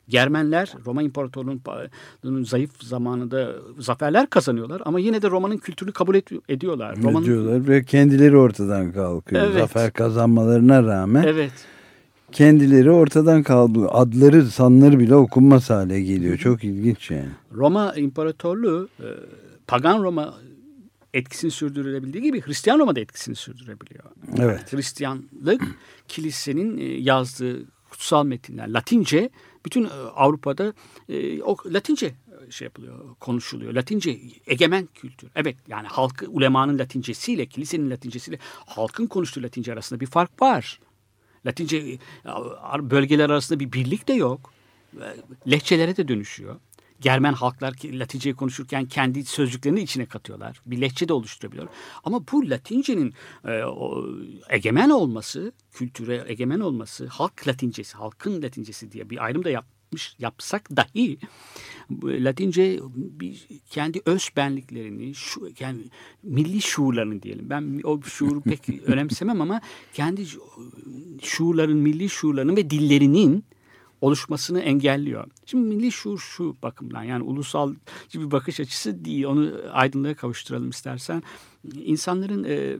Germenler Roma İmparatorluğu'nun zayıf zamanında zaferler kazanıyorlar ama yine de Roma'nın kültürünü kabul et, ediyorlar. Roma'nın... Ediyorlar ve kendileri ortadan kalkıyor. Evet. Zafer kazanmalarına rağmen Evet. kendileri ortadan kalkıyor. Adları, sanları bile okunmaz hale geliyor. Çok ilginç yani. Roma İmparatorluğu e, pagan Roma etkisini sürdürülebildiği gibi Hristiyan Roma'da etkisini sürdürebiliyor. Evet. Hristiyanlık kilisenin e, yazdığı kutsal metinler Latince bütün e, Avrupa'da e, o Latince şey yapılıyor, konuşuluyor. Latince egemen kültür. Evet, yani halkı ulemanın Latincesiyle kilisenin Latincesiyle halkın konuştuğu Latince arasında bir fark var. Latince bölgeler arasında bir birlik de yok. Lehçelere de dönüşüyor. Germen halklar Latinceyi konuşurken kendi sözcüklerini içine katıyorlar. Bir lehçe de oluşturabiliyor. Ama bu Latincenin e, o, egemen olması, kültüre egemen olması, halk Latincesi, halkın Latincesi diye bir ayrım da yapmış yapsak dahi Latince bir kendi öz benliklerini, şu, yani milli şuurlarını diyelim. Ben o şuuru pek önemsemem ama kendi şuurların, milli şuurlarının ve dillerinin oluşmasını engelliyor. Şimdi milli şuur şu bakımdan, yani ulusal bir bakış açısı değil. Onu aydınlığa kavuşturalım istersen. İnsanların e,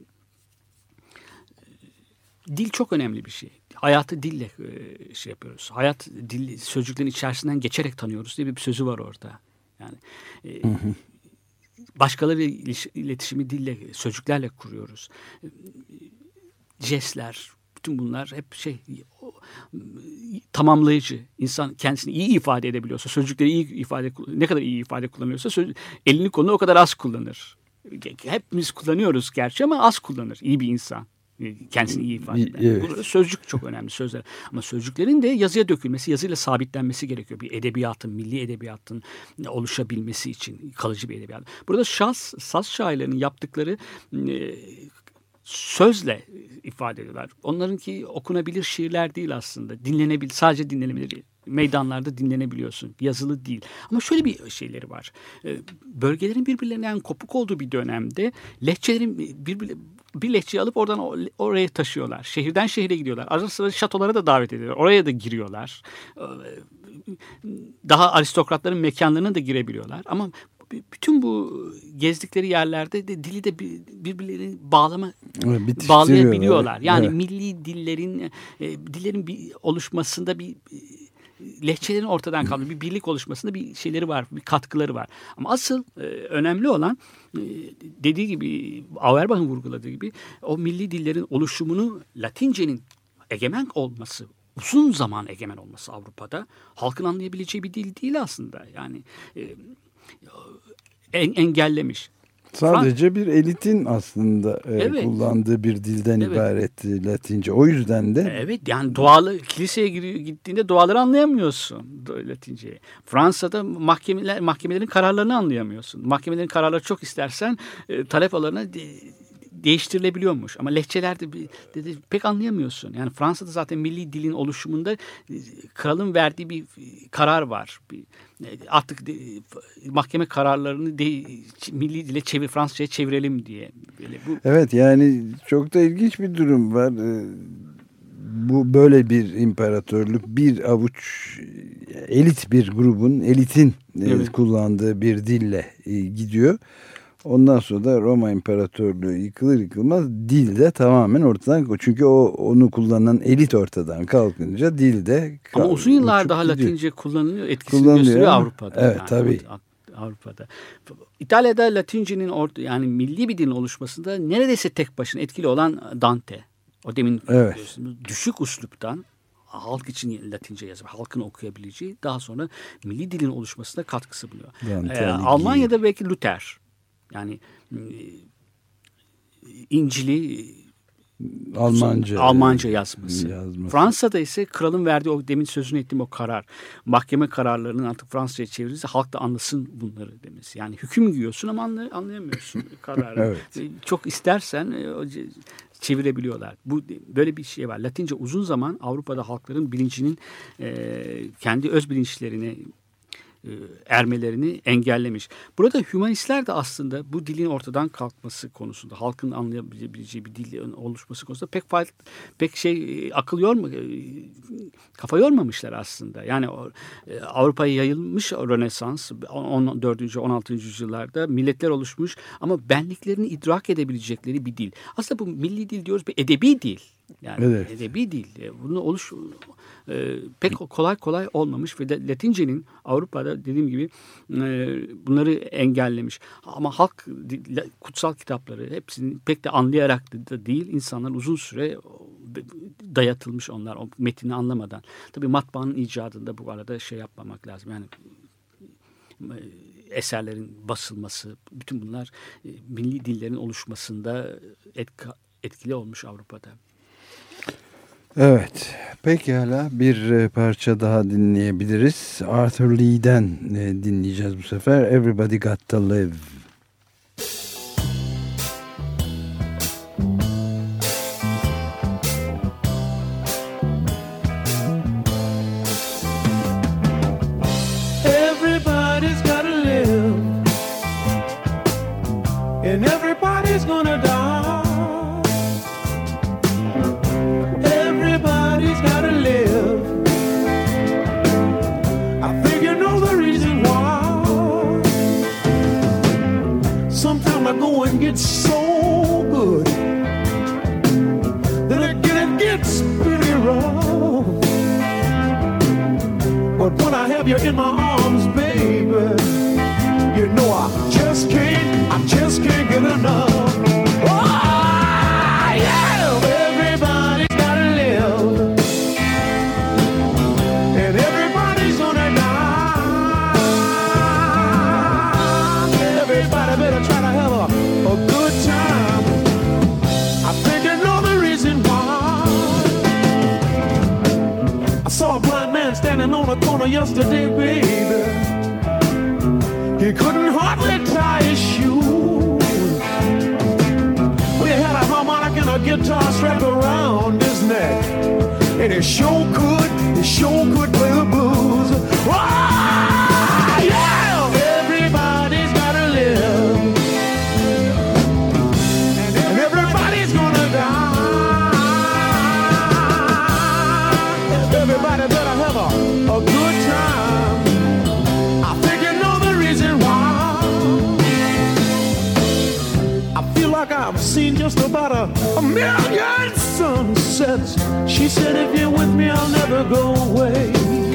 dil çok önemli bir şey. Hayatı dille e, şey yapıyoruz. Hayat dil sözcüklerin içerisinden geçerek tanıyoruz diye bir sözü var orada. Yani e, hı hı. Başkaları iletişimi dille, sözcüklerle kuruyoruz. Jestler, bütün bunlar hep şey tamamlayıcı. İnsan kendisini iyi ifade edebiliyorsa, sözcükleri iyi ifade, ne kadar iyi ifade kullanıyorsa söz, elini kolunu o kadar az kullanır. Hepimiz kullanıyoruz gerçi ama az kullanır iyi bir insan. Kendisini iyi ifade eder. Evet. Burada sözcük çok önemli, sözler. Ama sözcüklerin de yazıya dökülmesi, yazıyla sabitlenmesi gerekiyor. Bir edebiyatın, milli edebiyatın oluşabilmesi için kalıcı bir edebiyat. Burada şaz, saz şairlerinin yaptıkları e, sözle ifade ediyorlar. Onlarınki okunabilir şiirler değil aslında. Dinlenebilir, sadece dinlenebilir. Meydanlarda dinlenebiliyorsun. Yazılı değil. Ama şöyle bir şeyleri var. Bölgelerin birbirlerinden kopuk olduğu bir dönemde lehçelerin birbirine bir lehçeyi alıp oradan oraya taşıyorlar. Şehirden şehire gidiyorlar. Ara sıra şatolara da davet ediyorlar. Oraya da giriyorlar. Daha aristokratların mekanlarına da girebiliyorlar. Ama bütün bu gezdikleri yerlerde de dili de birbirlerini bağlama bağlayabiliyorlar. Yani evet. Milli dillerin e, dillerin bir oluşmasında bir lehçelerin ortadan kaldığı bir birlik oluşmasında bir şeyleri var, bir katkıları var. Ama asıl e, önemli olan e, dediği gibi Auerbach'ın vurguladığı gibi o milli dillerin oluşumunu Latince'nin egemen olması, uzun zaman egemen olması Avrupa'da halkın anlayabileceği bir dil değil aslında. Yani e, en, engellemiş. Sadece bir elitin aslında e, evet. kullandığı bir dilden evet. ibaret Latince. O yüzden de... Evet, yani dualı kiliseye gittiğinde duaları anlayamıyorsun Latince'yi. Fransa'da mahkemeler mahkemelerin kararlarını anlayamıyorsun. Mahkemelerin kararları çok istersen e, talep alanına de, değiştirilebiliyormuş. Ama lehçelerde de, de, pek anlayamıyorsun. Yani Fransa'da zaten milli dilin oluşumunda e, kralın verdiği bir karar var. Bir, artık de, mahkeme kararlarını de, milli dile çevir, Fransızca'ya çevirelim diye. Böyle bu... Evet, yani çok da ilginç bir durum var. Bu böyle bir imparatorluk, bir avuç elit bir grubun, elitin evet. kullandığı bir dille gidiyor. Ondan sonra da Roma İmparatorluğu yıkılır yıkılmaz dil de tamamen ortadan kalkıyor. Çünkü o onu kullanan elit ortadan kalkınca dil de ama uzun yıllar daha gidiyor. Latince kullanılıyor, etkisini kullanılıyor gösteriyor Avrupa'da. Evet, yani. tabii. Avrupa'da. İtalya'da Latince'nin orta, yani milli bir dilin oluşmasında neredeyse tek başına etkili olan Dante. O demin evet. düşük üsluptan halk için Latince yazıp halkın okuyabileceği, daha sonra milli dilin oluşmasına katkısı buluyor. Ee, Almanya'da belki Luther. Yani İncil'i Almanca, Almanca yazması. yazması. Fransa'da ise kralın verdiği o demin sözünü ettiğim o karar, mahkeme kararlarının artık Fransızca'ya çevrilirse halk da anlasın bunları demesi. Yani hüküm giyiyorsun ama anlay- anlayamıyorsun kararı. Evet. Çok istersen çevirebiliyorlar. Bu böyle bir şey var. Latince uzun zaman Avrupa'da halkların bilincinin e, kendi öz bilinçlerine ermelerini engellemiş. Burada hümanistler de aslında bu dilin ortadan kalkması konusunda, halkın anlayabileceği bir dil oluşması konusunda pek fayda, pek şey akıl yorma, kafa yormamışlar aslında. Yani o, e, Avrupa'ya yayılmış o Rönesans on dördüncü on altıncı yüzyıllarda milletler oluşmuş ama benliklerini idrak edebilecekleri bir dil. Aslında bu milli dil diyoruz bir edebi dil. Yani evet. edebi dil. Bunu oluş e, pek kolay kolay olmamış ve de Latince'nin Avrupa'da dediğim gibi e, bunları engellemiş. Ama halk kutsal kitapları hepsini pek de anlayarak da değil, insanlar uzun süre dayatılmış onlar o metni anlamadan. Tabii matbaanın icadında bu arada şey yapmamak lazım. Yani eserlerin basılması, bütün bunlar milli dillerin oluşmasında etki, etkili olmuş Avrupa'da. Evet, pekala bir parça daha dinleyebiliriz. Arthur Lee'den dinleyeceğiz bu sefer. Everybody Got to Live. Everybody's gotta live, and everybody's gonna die. Everybody's gotta live. I think you know the reason why. Sometimes I go and get so good, then again it gets pretty rough. But when I have you in my arms, baby, you know I just can't, I just can't get enough. Oh, yeah! Everybody's gotta live, and everybody's gonna die. Everybody better try to have a, a good time. I think you know the reason why. I saw a blind man standing on a corner yesterday, baby. He couldn't hardly tie his shoes. We had a harmonica and a guitar strapped around his neck, and he sure could, he sure could play the blues. Oh, yeah! Everybody's gotta live, and everybody's gonna die. Everybody better have a, a good time. I think you know the reason why. I feel like I've seen just about a, a million sunsets. She said, if you're with me, I'll never go away.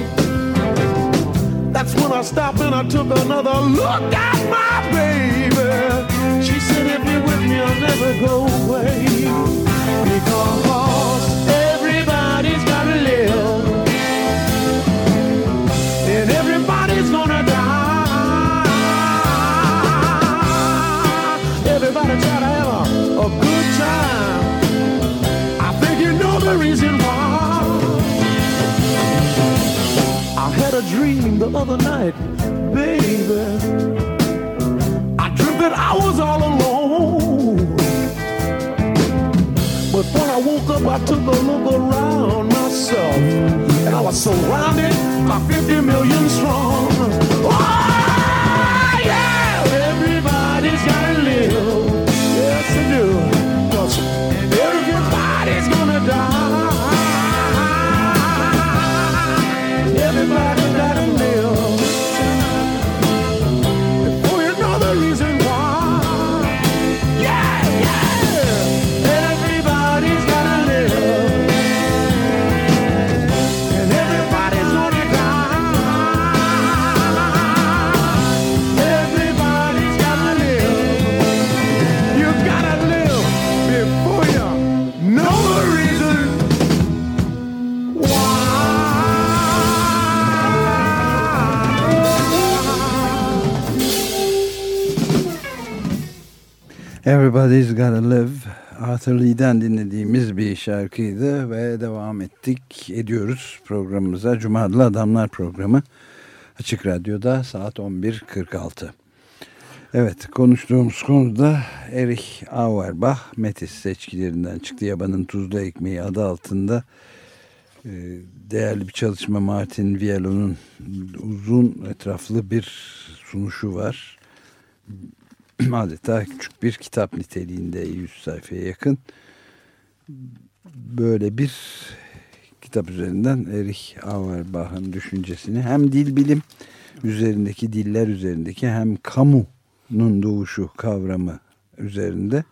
That's when I stopped and I took another look at my baby. She said, if you're with me, I'll never go away. Because everybody's gotta live, and everybody's gonna die. Everybody try to have a, a good time. I think you know the reason why. I had a dream the other night, baby. I dreamt that I was all alone. But when I woke up, I took a look around myself, and I was surrounded by fifty million strong. Oh, yeah! Everybody's gotta live. Yes, they do. 'Cause everybody's gonna die. Everybody's gotta live. Before you know the reason why. Yeah, yeah! Everybody's gotta live, and everybody's gonna die. Everybody's gotta live. You gotta live before you know the reason why. Everybody's Gotta Live, Arthur Lee'den dinlediğimiz bir şarkıydı ve devam ettik, ediyoruz programımıza. Cuma Adlı Adamlar programı Açık Radyo'da saat on bir kırk altı. Evet, konuştuğumuz konuda Erich Auerbach, Metis seçkilerinden çıktı. Yabanın Tuzlu Ekmeği adı altında değerli bir çalışma. Martin Vialon'un uzun etraflı bir sunuşu var. Adeta küçük bir kitap niteliğinde, yüz sayfaya yakın. Böyle bir kitap üzerinden Erich Auerbach'ın düşüncesini hem dil bilim üzerindeki, diller üzerindeki, hem kamunun doğuşu kavramı üzerinde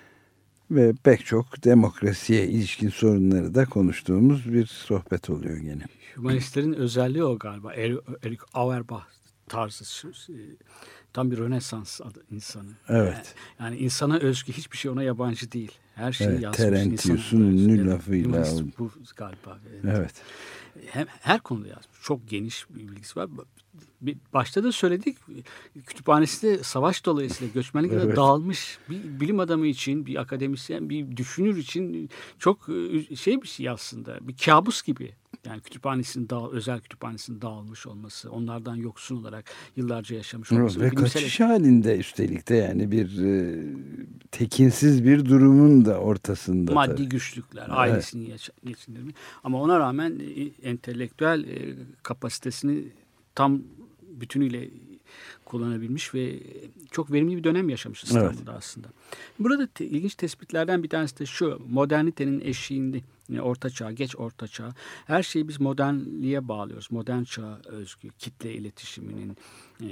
ve pek çok demokrasiye ilişkin sorunları da konuştuğumuz bir sohbet oluyor gene. Hümanistlerin özelliği o galiba. Erich Auerbach tarzı tam bir Rönesans insanı. Evet. Yani, yani insana özgü hiçbir şey ona yabancı değil. Her şeyi evet, yazmış. Terentius'un ünlü lafıyla. Bu galiba. Evet. evet. Hem, her konuda yazmış. Çok geniş bir bilgisi var. Bir, başta da söyledik, kütüphanesinde savaş dolayısıyla göçmenlikle evet. dağılmış bir bilim adamı için, bir akademisyen, bir düşünür için çok şey bir şey aslında. Bir kabus gibi. Yani kütüphanesinin dağ, özel kütüphanesinin dağılmış olması, onlardan yoksun olarak yıllarca yaşamış olması. Evet, ve kaçış halinde üstelik de yani bir e, tekinsiz bir durumun da ortasında. Maddi tabii. güçlükler, evet. ailesini geçindirme. Ama ona rağmen e, entelektüel e, kapasitesini tam bütünüyle kullanabilmiş ve çok verimli bir dönem yaşamış İstanbul'da evet. aslında. Burada te, ilginç tespitlerden bir tanesi de şu: modernitenin eşiğinde, yani orta çağ, geç orta çağ, her şeyi biz modernliğe bağlıyoruz. Modern çağa özgü, kitle iletişiminin e,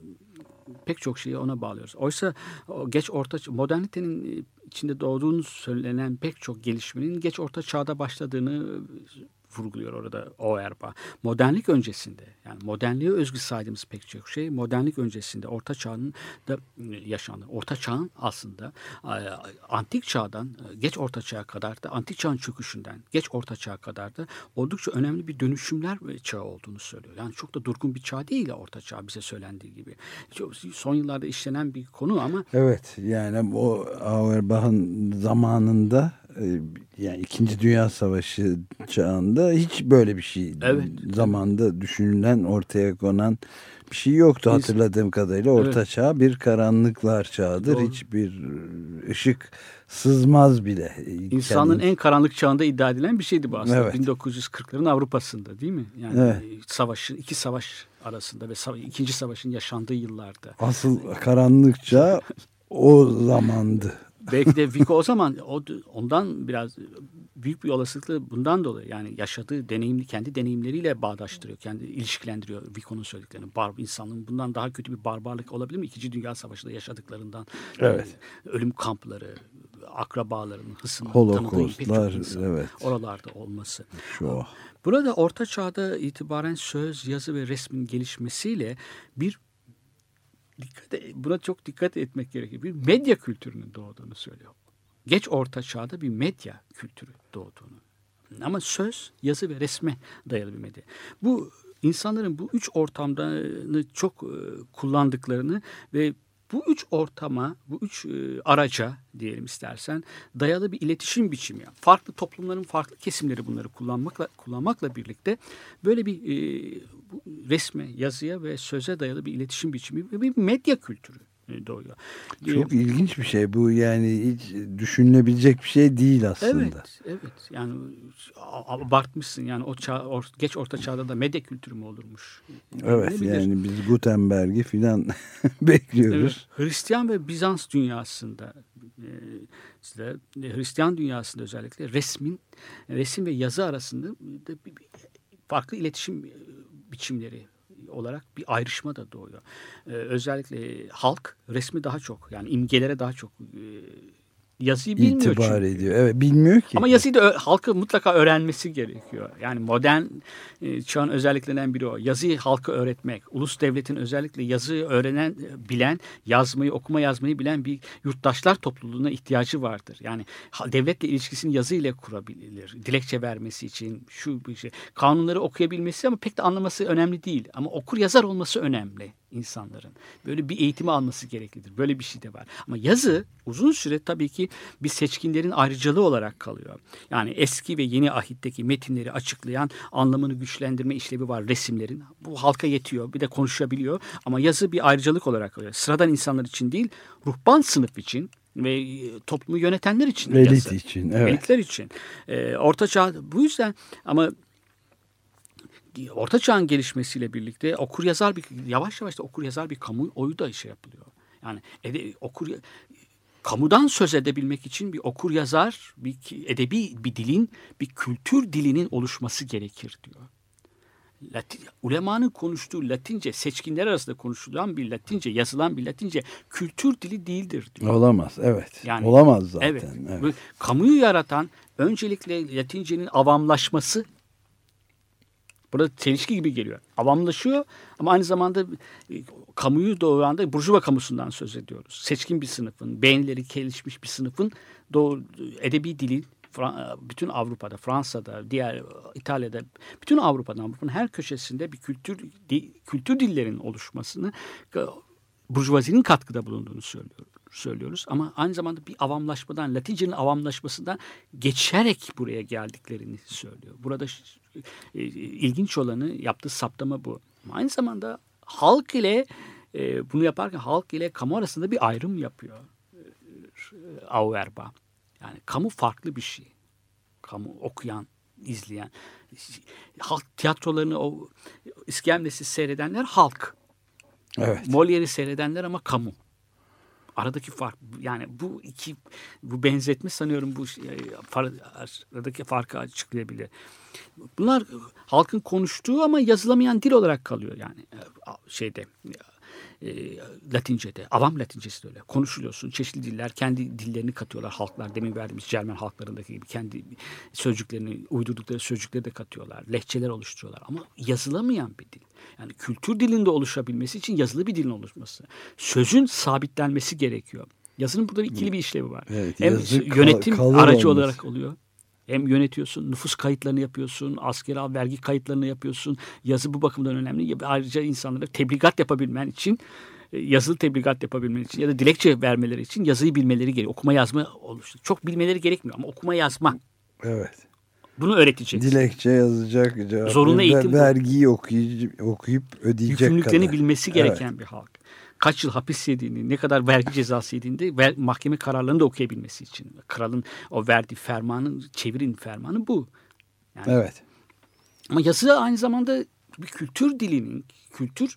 pek çok şeyi ona bağlıyoruz. Oysa o geç orta çağ, modernitenin içinde doğduğunu söylenen pek çok gelişmenin geç orta çağda başladığını vurguluyor orada Auerbach. Modernlik öncesinde, yani modernliğe özgü saydığımız pek çok şey modernlik öncesinde, orta çağın da yaşandı. Orta çağın aslında antik çağdan geç orta çağa kadar da, antik çağın çöküşünden geç orta çağa kadar da oldukça önemli bir dönüşümler çağı olduğunu söylüyor. Yani çok da durgun bir çağ değil orta çağ bize söylendiği gibi. Son yıllarda işlenen bir konu ama. Evet, yani o Auerbach'ın zamanında, yani İkinci Dünya Savaşı çağında hiç böyle bir şey evet. zamanda düşünülen, ortaya konan bir şey yoktu hatırladığım kadarıyla. Orta evet. çağ bir karanlıklar çağıdır. Doğru. Hiçbir ışık sızmaz bile. İnsanın Kendin... en karanlık çağında iddia edilen bir şeydi bu aslında. Evet. bin dokuz yüz kırkların Avrupa'sında değil mi? Yani evet. savaşın, iki savaş arasında ve sava- ikinci savaşın yaşandığı yıllarda. Asıl karanlık çağ o zamandı. Belki de Vico o zaman o, ondan biraz büyük bir olasılıkla bundan dolayı, yani yaşadığı deneyimli, kendi deneyimleriyle bağdaştırıyor, kendi ilişkilendiriyor Vico'nun söylediklerini. Bar, insanlığın bundan daha kötü bir barbarlık olabilir mi? İkinci Dünya Savaşı'nda yaşadıklarından, evet. yani ölüm kampları, akrabalarının hısımları, Holocaustlar, evet. oralarda olması. Şu. Burada Orta Çağ'da itibaren söz, yazı ve resmin gelişmesiyle bir Dikkat, buna çok dikkat etmek gerekiyor. Bir medya kültürünün doğduğunu söylüyor. Geç Orta Çağ'da bir medya kültürü doğduğunu. Ama söz, yazı ve resme dayalı bir medya. Bu insanların bu üç ortamda çok kullandıklarını ve bu üç ortama, bu üç e, araca diyelim istersen dayalı bir iletişim biçimi. Farklı toplumların farklı kesimleri bunları kullanmakla kullanmakla birlikte böyle bir e, bu resme, yazıya ve söze dayalı bir iletişim biçimi ve bir medya kültürü doğuyor. Çok ee, ilginç bir şey bu, yani hiç düşünülebilecek bir şey değil aslında. Evet, evet. Yani abartmışsın, yani o çağ, or, geç orta çağda da medya kültürü mü olurmuş? Evet, yani biz Gutenberg'i filan bekliyoruz. Evet, Hristiyan ve Bizans dünyasında e, işte, Hristiyan dünyasında özellikle resmin, resim ve yazı arasında da bir, bir, farklı iletişim biçimleri olarak bir ayrışma da doğuyor. Ee, özellikle halk resmi daha çok, yani imgelere daha çok e, yazıyı bilmiyor İtibar çünkü. ediyor. Evet, bilmiyor ki. Ama yazıyı da halkı mutlaka öğrenmesi gerekiyor. Yani modern e, çağın özelliklerinden biri o. Yazıyı halka öğretmek. Ulus devletin özellikle yazıyı öğrenen, bilen, yazmayı, okuma yazmayı bilen bir yurttaşlar topluluğuna ihtiyacı vardır. Yani devletle ilişkisini yazıyla kurabilir. Dilekçe vermesi için şu bir şey. Kanunları okuyabilmesi ama pek de anlaması önemli değil. Ama okur yazar olması önemli insanların. Böyle bir eğitimi alması gereklidir. Böyle bir şey de var. Ama yazı uzun süre tabii ki bir seçkinlerin ayrıcalığı olarak kalıyor. Yani eski ve yeni ahitteki metinleri açıklayan, anlamını güçlendirme işlevi var resimlerin. Bu halka yetiyor. Bir de konuşabiliyor. Ama yazı bir ayrıcalık olarak kalıyor. Sıradan insanlar için değil, ruhban sınıf için ve toplumu yönetenler için. Elit yazı. için. Evet. Elitler için. Ee, Orta Çağ bu yüzden, ama Orta Çağ'ın gelişmesiyle birlikte okur yazar bir yavaş yavaş da okur yazar bir kamuoyu da işe yapılıyor. Yani ede, okur kamudan söz edebilmek için bir okur yazar, bir edebi bir dilin, bir kültür dilinin oluşması gerekir diyor. Latin, ulemanın konuştuğu Latince, seçkinler arasında konuşulan bir Latince, yazılan bir Latince kültür dili değildir diyor. Olamaz, evet. Yani, olamaz zaten. Evet. evet. Kamuyu yaratan öncelikle Latince'nin avamlaşması. Burada çelişki gibi geliyor. Avamlaşıyor ama aynı zamanda kamuyu doğuran da Burjuva kamusundan söz ediyoruz. Seçkin bir sınıfın, beğenileri gelişmiş bir sınıfın doğu, edebi dili bütün Avrupa'da, Fransa'da, diğer İtalya'da, bütün Avrupa'da, Avrupa'nın her köşesinde bir kültür kültür dillerinin oluşmasını burjuvazinin katkıda bulunduğunu söylüyoruz. söylüyoruz ama aynı zamanda bir avamlaşmadan, Latince'nin avamlaşmasından geçerek buraya geldiklerini söylüyor. Burada e, ilginç olanı yaptığı saptama bu. Ama aynı zamanda halk ile e, bunu yaparken halk ile kamu arasında bir ayrım yapıyor e, Auerbach. Yani kamu farklı bir şey. Kamu okuyan, izleyen, halk tiyatrolarını o iskemlesiz seyredenler halk. Evet. Molière'i seyredenler ama kamu. Aradaki fark, yani bu iki bu benzetme sanıyorum bu aradaki farkı açıklayabilir. Bunlar halkın konuştuğu ama yazılamayan dil olarak kalıyor yani şeyde e, Latince'de, avam Latincesi de öyle. Konuşuluyorsun, çeşitli diller, kendi dillerini katıyorlar halklar. Demin verdiğimiz Cermen halklarındaki gibi kendi sözcüklerini, uydurdukları sözcükleri de katıyorlar. Lehçeler oluşturuyorlar ama yazılamayan bir dil. Yani kültür dilinde oluşabilmesi için yazılı bir dilin oluşması. Sözün sabitlenmesi gerekiyor. Yazının burada ikili bir işlevi var. Evet, hem yönetim kal- aracı olması. olarak oluyor. Hem yönetiyorsun, nüfus kayıtlarını yapıyorsun, askeri vergi kayıtlarını yapıyorsun. Yazı bu bakımdan önemli. Ayrıca insanlara tebligat yapabilmen için, yazılı tebligat yapabilmen için ya da dilekçe vermeleri için yazıyı bilmeleri gerekiyor. Okuma yazma oluştu. Çok bilmeleri gerekmiyor ama okuma yazma. Evet. Bunu öğreteceksin. Dilekçe yazacak, cevap zorunlu eğitim, vergiyi okuyup, okuyup ödeyecek yükümlülüklerini kadar. bilmesi gereken evet. bir halk. Kaç yıl hapis yediğini, ne kadar vergi cezası yediğini de ver, mahkeme kararlarını da okuyabilmesi için. Kralın o verdiği fermanın, çevirin fermanı bu. Yani, evet. Ama yazı aynı zamanda bir kültür dilinin, kültür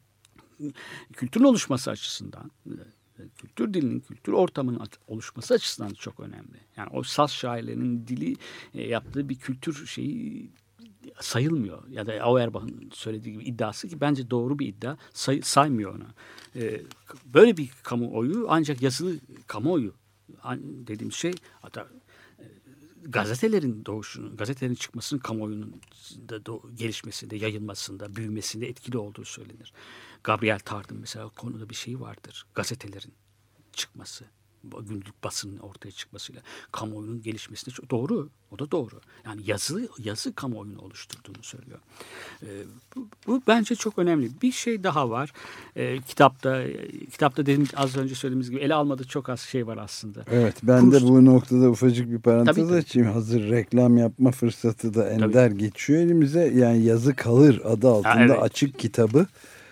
kültürün oluşması açısından, kültür dilinin, kültür ortamının oluşması açısından çok önemli. Yani o saz şairlerinin dili yaptığı bir kültür şeyi sayılmıyor. Ya da Auerbach'ın söylediği gibi iddiası ki bence doğru bir iddia, say, saymıyor onu. Ee, böyle bir kamuoyu ancak yazılı kamuoyu dediğim şey hatta e, gazetelerin doğuşunun, gazetelerin çıkmasının kamuoyunun da doğ, gelişmesinde, yayılmasında, büyümesinde etkili olduğu söylenir. Gabriel Tard'ın mesela konuda bir şeyi vardır. Gazetelerin çıkması, günlük basının ortaya çıkmasıyla kamuoyunun gelişmesine çok doğru. O da doğru. Yani yazı yazı kamuoyunu oluşturduğunu söylüyor. Ee, bu, bu bence çok önemli. Bir şey daha var. Ee, kitapta kitapta dedim az önce söylediğimiz gibi ele almadığı çok az şey var aslında. Evet, ben Kurs... de bu noktada ufacık bir parantez tabii, tabii. açayım. Hazır reklam yapma fırsatı da ender tabii. geçiyor elimize. Yani Yazı Kalır adı altında ha, evet. açık kitabı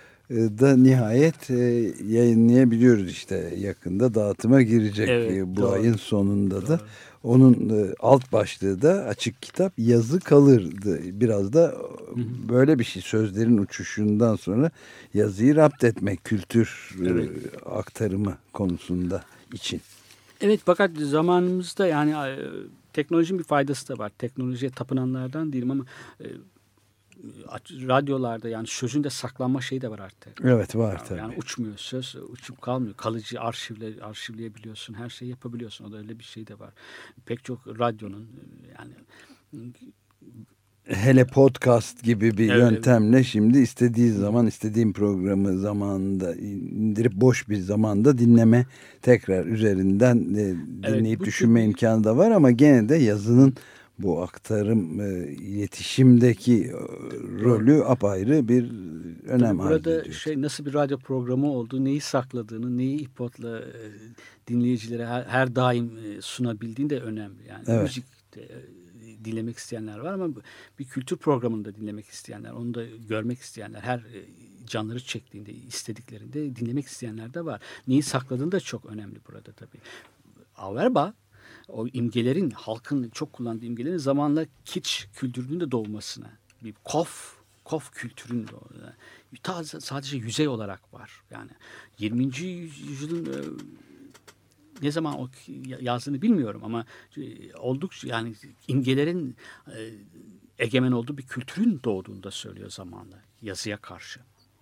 da nihayet yayınlayabiliyoruz işte, yakında dağıtıma girecek evet, bu doğru. ayın sonunda da. Doğru. Onun alt başlığı da açık kitap, Yazı Kalır'dı. Biraz da Hı-hı. böyle bir şey, sözlerin uçuşundan sonra yazıyı rapt etmek, kültür evet. aktarımı konusunda için. Evet, fakat zamanımızda yani teknolojinin bir faydası da var. Teknolojiye tapınanlardan değilim ama radyolarda yani sözün de saklanma şeyi de var artık. Evet, var yani, tabii. Yani uçmuyor söz, uçup kalmıyor. Kalıcı arşivle arşivleyebiliyorsun. Her şeyi yapabiliyorsun. O da öyle bir şey de var. Pek çok radyonun yani hele podcast gibi bir evet, yöntemle evet. şimdi istediği zaman istediğim programı zamanında indirip boş bir zamanda dinleme, tekrar üzerinden dinleyip evet, düşünme çok... imkanı da var ama gene de yazının bu aktarım, iletişimdeki rolü apayrı bir önem arz ediyor. Burada şey, nasıl bir radyo programı olduğu, neyi sakladığını, neyi ipotla dinleyicilere her, her daim sunabildiğini de önemli. Yani evet. müzik de, dinlemek isteyenler var ama bir kültür programını da dinlemek isteyenler, onu da görmek isteyenler, her canları çektiğinde, istediklerinde dinlemek isteyenler de var. Neyi sakladığını da çok önemli burada tabii. Auerbach o imgelerin, halkın çok kullandığı imgelerin zamanla kitsch kültürünün de doğmasına, bir kof, kof kültürünün doğmasına, sadece yüzey olarak var. Yani yirminci yüzyılın ne zaman o yazdığını bilmiyorum ama oldukça yani imgelerin egemen olduğu bir kültürün doğduğunu da söylüyor zamanla yazıya karşı.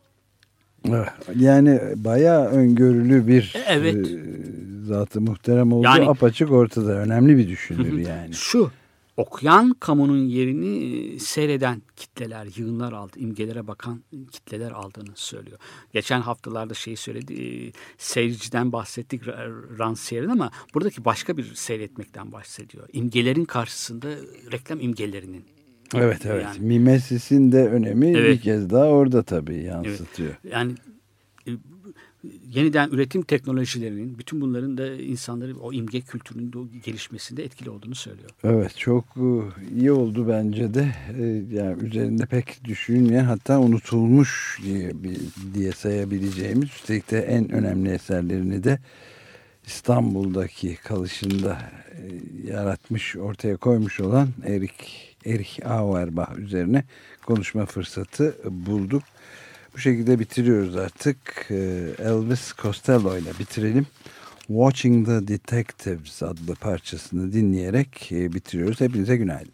Yani bayağı öngörülü bir evet. e, zatı muhterem olduğu yani, apaçık ortada. Önemli bir düşünür yani. Şu, okuyan kamunun yerini seyreden kitleler, yığınlar aldı, imgelere bakan kitleler aldığını söylüyor. Geçen haftalarda şeyi söyledi, seyirciden bahsettik Rancière'in ama buradaki başka bir seyretmekten bahsediyor. İmgelerin karşısında reklam imgelerinin. Evet evet. Yani, mimesisin de önemi evet. bir kez daha orada tabii yansıtıyor. Evet. Yani e, yeniden üretim teknolojilerinin bütün bunların da insanların o imge kültürünün gelişmesinde etkili olduğunu söylüyor. Evet çok iyi oldu bence de. Yani üzerinde pek düşünmeyen hatta unutulmuş diye, diye sayabileceğimiz üstelik de en önemli eserlerini de İstanbul'daki kalışında yaratmış, ortaya koymuş olan Erich Erich Auerbach üzerine konuşma fırsatı bulduk. Bu şekilde bitiriyoruz artık. Elvis Costello ile bitirelim. Watching the Detectives adlı parçasını dinleyerek bitiriyoruz. Hepinize günaydın.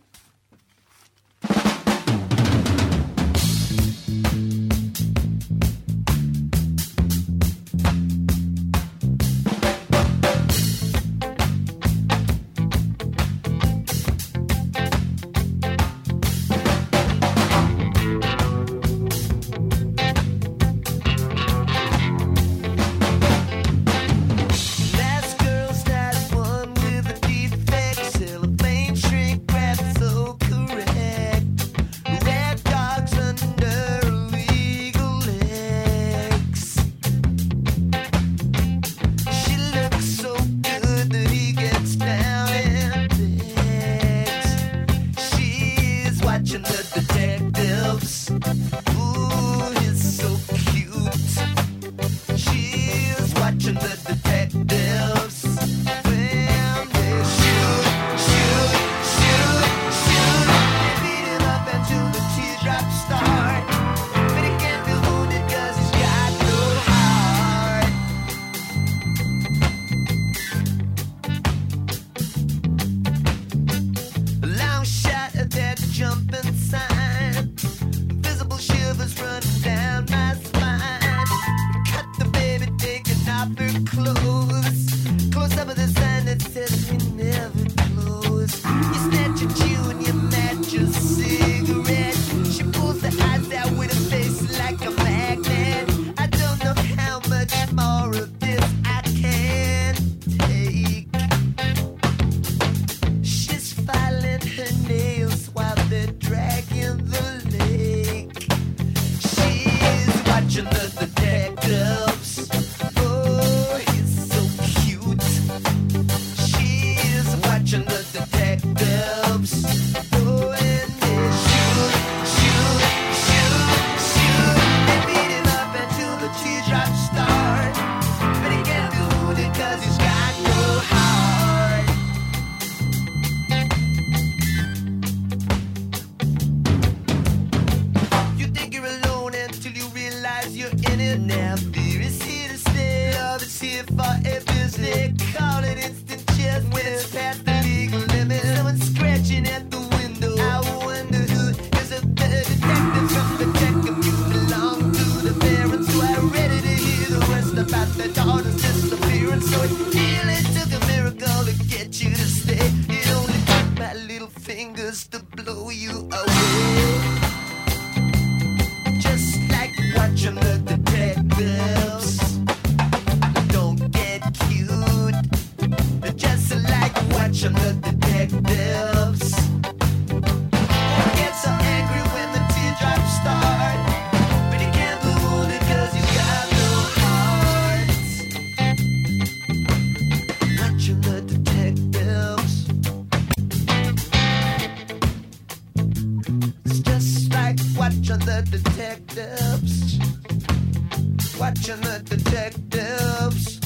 Watching the detectives.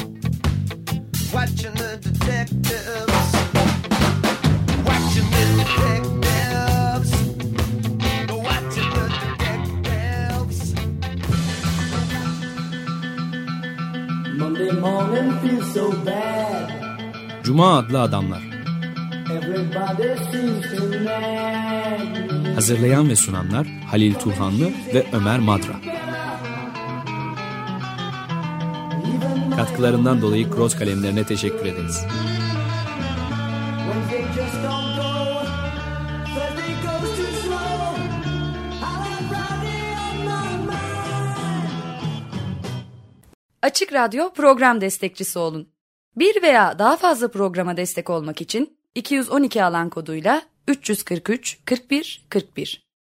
Watching the detectives. Watching the detectives. Watching the detectives. Monday morning feels so bad. Cuma adlı adamlar. Hazırlayan ve sunanlar Halil Turhanlı ve Ömer Madra. Katkılarından dolayı Cross kalemlerine teşekkür ederiz. Açık Radyo program destekçisi olun. Bir veya daha fazla programa destek olmak için iki yüz on iki alan koduyla üç yüz kırk üç kırk bir kırk bir